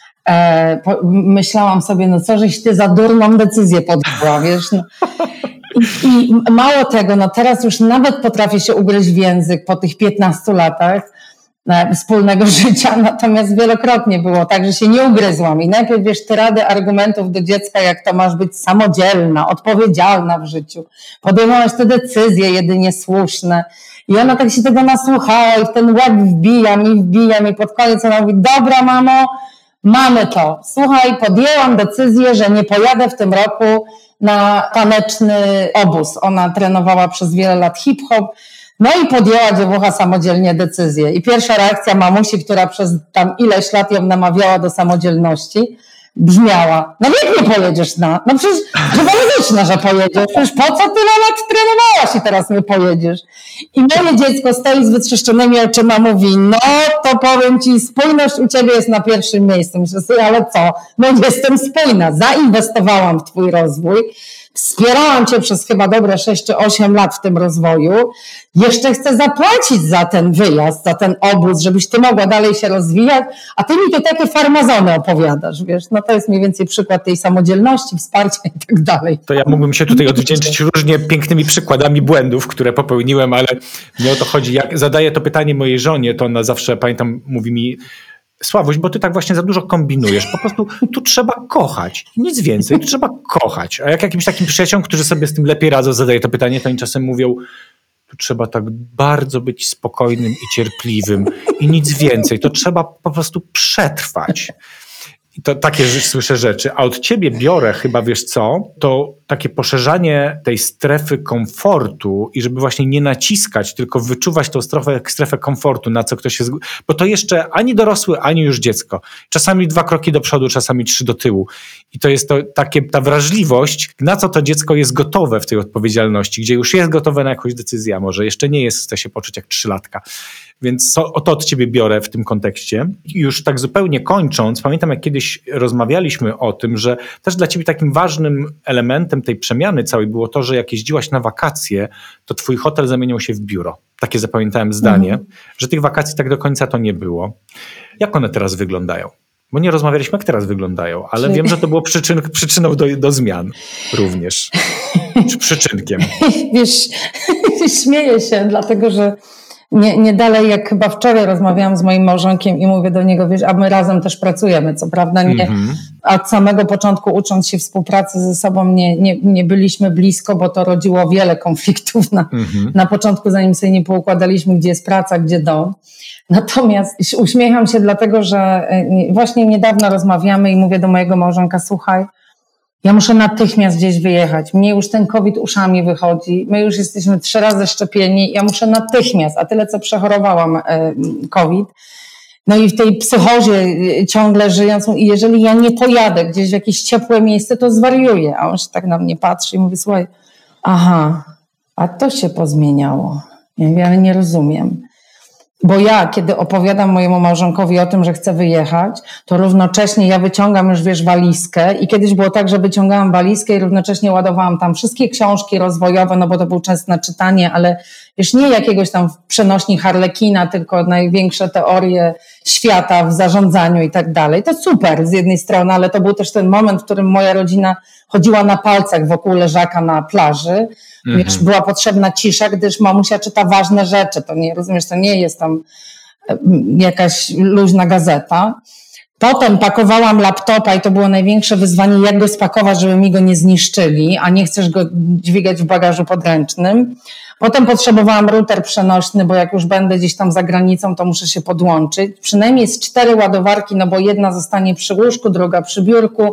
myślałam sobie, no co żeś ty za durną decyzję podjęła, wiesz, no. I mało tego, no teraz już nawet potrafię się ugryźć w język po tych 15 latach wspólnego życia, natomiast wielokrotnie było tak, że się nie ugryzłam i najpierw wiesz tyrady argumentów do dziecka, jak to masz być samodzielna, odpowiedzialna w życiu, podejmować te decyzje jedynie słuszne i ona tak się tego nasłuchała i w ten łeb wbija mi pod koniec ona mówi, dobra mamo, mamy to. Słuchaj, podjęłam decyzję, że nie pojadę w tym roku na taneczny obóz. Ona trenowała przez wiele lat hip-hop. No i podjęła dziewucha samodzielnie decyzję. I pierwsza reakcja mamusi, która przez tam ileś lat ją namawiała do samodzielności, brzmiała, no jak nie pojedziesz no przecież logiczne, że pojedziesz, przecież po co tyle lat trenowałaś i teraz nie pojedziesz. I moje dziecko stoi z wytrzeszczonymi oczyma, mówi, no to powiem ci, spójność u ciebie jest na pierwszym miejscu. Myślę sobie, ale co? No jestem spójna, zainwestowałam w twój rozwój, wspierałam cię przez chyba dobre 6 czy 8 lat w tym rozwoju, jeszcze chcę zapłacić za ten wyjazd, za ten obóz, żebyś ty mogła dalej się rozwijać, a ty mi tu takie farmazony opowiadasz, wiesz, no to jest mniej więcej przykład tej samodzielności, wsparcia i tak dalej. To ja mógłbym się tutaj odwdzięczyć różnie pięknymi przykładami błędów, które popełniłem, ale nie o to chodzi. Jak zadaję to pytanie mojej żonie, to ona zawsze, pamiętam, mówi mi, Sławuś, bo ty tak właśnie za dużo kombinujesz. Po prostu tu trzeba kochać. Nic więcej, tu trzeba kochać. A jak jakimś takim przyjaciółom, którzy sobie z tym lepiej radzą, zadaję to pytanie, to oni czasem mówią, tu trzeba tak bardzo być spokojnym i cierpliwym i nic więcej. To trzeba po prostu przetrwać. I to takie słyszę rzeczy. A od ciebie biorę chyba, wiesz co, to takie poszerzanie tej strefy komfortu i żeby właśnie nie naciskać, tylko wyczuwać tą strefę komfortu, na co ktoś jest... Bo to jeszcze ani dorosły, ani już dziecko. Czasami 2 kroki do przodu, czasami 3 do tyłu. I to jest ta wrażliwość, na co to dziecko jest gotowe w tej odpowiedzialności, gdzie już jest gotowe na jakąś decyzję, a może jeszcze nie jest, chce się poczuć jak 3-latka. Więc to od ciebie biorę w tym kontekście. I już tak zupełnie kończąc, pamiętam jak kiedyś rozmawialiśmy o tym, że też dla ciebie takim ważnym elementem tej przemiany całej było to, że jak jeździłaś na wakacje, to twój hotel zamieniał się w biuro. Takie zapamiętałem zdanie, że tych wakacji tak do końca to nie było. Jak one teraz wyglądają? Bo nie rozmawialiśmy, jak teraz wyglądają, ale wiem, że to było przyczyną do zmian również. Czy przyczynkiem. Wiesz, śmieję się, dlatego że nie dalej jak chyba wczoraj rozmawiałam z moim małżonkiem i mówię do niego, wiesz, a my razem też pracujemy, co prawda nie, od samego początku ucząc się współpracy ze sobą nie byliśmy blisko, bo to rodziło wiele konfliktów na początku, zanim sobie nie poukładaliśmy, gdzie jest praca, gdzie dom. Natomiast uśmiecham się dlatego, że właśnie niedawno rozmawiamy i mówię do mojego małżonka, słuchaj, ja muszę natychmiast gdzieś wyjechać. Mnie już ten COVID uszami wychodzi. My już jesteśmy 3 razy szczepieni. Ja muszę natychmiast, a tyle co przechorowałam COVID. No i w tej psychozie ciągle żyjącą i jeżeli ja nie pojadę gdzieś w jakieś ciepłe miejsce, to zwariuję. A on się tak na mnie patrzy i mówi, słuchaj, aha, a to się pozmieniało. Ja mówię, ale nie rozumiem. Bo ja, kiedy opowiadam mojemu małżonkowi o tym, że chcę wyjechać, to równocześnie ja wyciągam już, wiesz, walizkę i kiedyś było tak, że wyciągałam walizkę i równocześnie ładowałam tam wszystkie książki rozwojowe, no bo to był czas na czytanie, ale wiesz, nie jakiegoś tam przenośni Harlekina, tylko największe teorie świata w zarządzaniu i tak dalej. To super z jednej strony, ale to był też ten moment, w którym moja rodzina chodziła na palcach wokół leżaka na plaży. Wiesz, była potrzebna cisza, gdyż mamusia czyta ważne rzeczy. To nie, rozumiesz, to nie jest tam jakaś luźna gazeta. Potem pakowałam laptopa i to było największe wyzwanie, jak go spakować, żeby mi go nie zniszczyli, a nie chcesz go dźwigać w bagażu podręcznym. Potem potrzebowałam router przenośny, bo jak już będę gdzieś tam za granicą, to muszę się podłączyć. Przynajmniej jest 4 ładowarki, no bo jedna zostanie przy łóżku, druga przy biurku.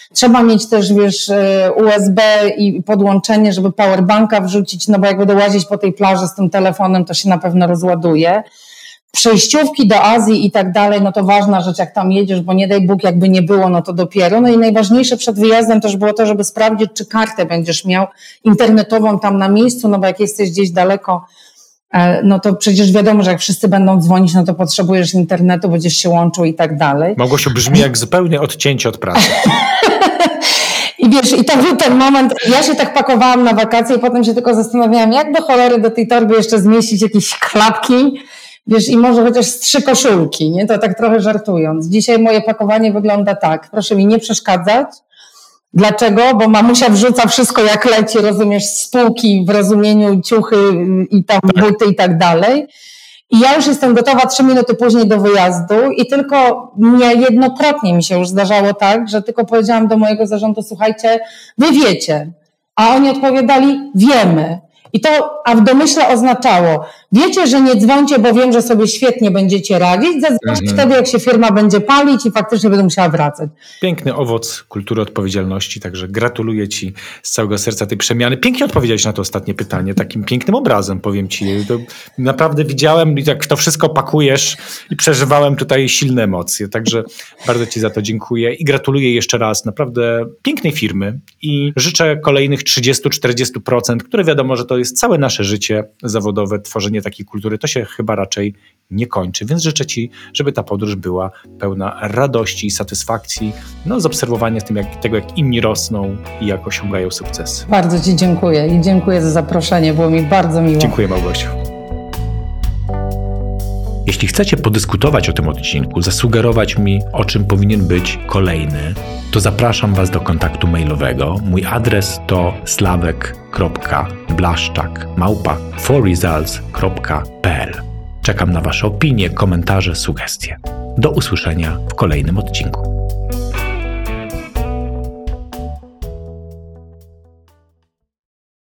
Trzeba mieć też, wiesz, USB i podłączenie, żeby powerbanka wrzucić, no bo jak będę łazić po tej plaży z tym telefonem, to się na pewno rozładuje. Przejściówki do Azji i tak dalej, no to ważna rzecz, jak tam jedziesz, bo nie daj Bóg, jakby nie było, no to dopiero. No i najważniejsze przed wyjazdem też było to, żeby sprawdzić, czy kartę będziesz miał internetową tam na miejscu, no bo jak jesteś gdzieś daleko, no to przecież wiadomo, że jak wszyscy będą dzwonić, no to potrzebujesz internetu, będziesz się łączył i tak dalej. Małgosiu, brzmi jak zupełnie odcięcie od pracy. I wiesz, i to był ten moment, ja się tak pakowałam na wakacje i potem się tylko zastanawiałam, jak do cholery do tej torby jeszcze zmieścić jakieś klapki, wiesz, i może chociaż 3 koszulki, nie? To tak trochę żartując. Dzisiaj moje pakowanie wygląda tak, proszę mi nie przeszkadzać. Dlaczego? Bo mamusia wrzuca wszystko jak leci, rozumiesz, z półki w rozumieniu ciuchy i tam buty i tak dalej. I ja już jestem gotowa 3 minuty później do wyjazdu i tylko niejednokrotnie mi się już zdarzało tak, że tylko powiedziałam do mojego zarządu, słuchajcie, wy wiecie, a oni odpowiadali, wiemy. I to, a w domyśle oznaczało, wiecie, że nie dzwońcie, bo wiem, że sobie świetnie będziecie radzić, zadzwońcie wtedy, jak się firma będzie palić i faktycznie będę musiała wracać. Piękny owoc kultury odpowiedzialności, także gratuluję Ci z całego serca tej przemiany. Pięknie odpowiedziałeś na to ostatnie pytanie, takim pięknym obrazem, powiem Ci. To naprawdę widziałem, jak to wszystko pakujesz i przeżywałem tutaj silne emocje, także bardzo Ci za to dziękuję i gratuluję jeszcze raz naprawdę pięknej firmy i życzę kolejnych 30-40%, które wiadomo, że to jest całe nasze życie zawodowe, tworzenie takiej kultury, to się chyba raczej nie kończy, więc życzę Ci, żeby ta podróż była pełna radości i satysfakcji, no z obserwowania tego, jak inni rosną i jak osiągają sukcesy. Bardzo Ci dziękuję i dziękuję za zaproszenie, było mi bardzo miło. Dziękuję, Małgosiu. Jeśli chcecie podyskutować o tym odcinku, zasugerować mi, o czym powinien być kolejny, to zapraszam Was do kontaktu mailowego. Mój adres to slawek.blaszczak@4results.pl. Czekam na Wasze opinie, komentarze, sugestie. Do usłyszenia w kolejnym odcinku.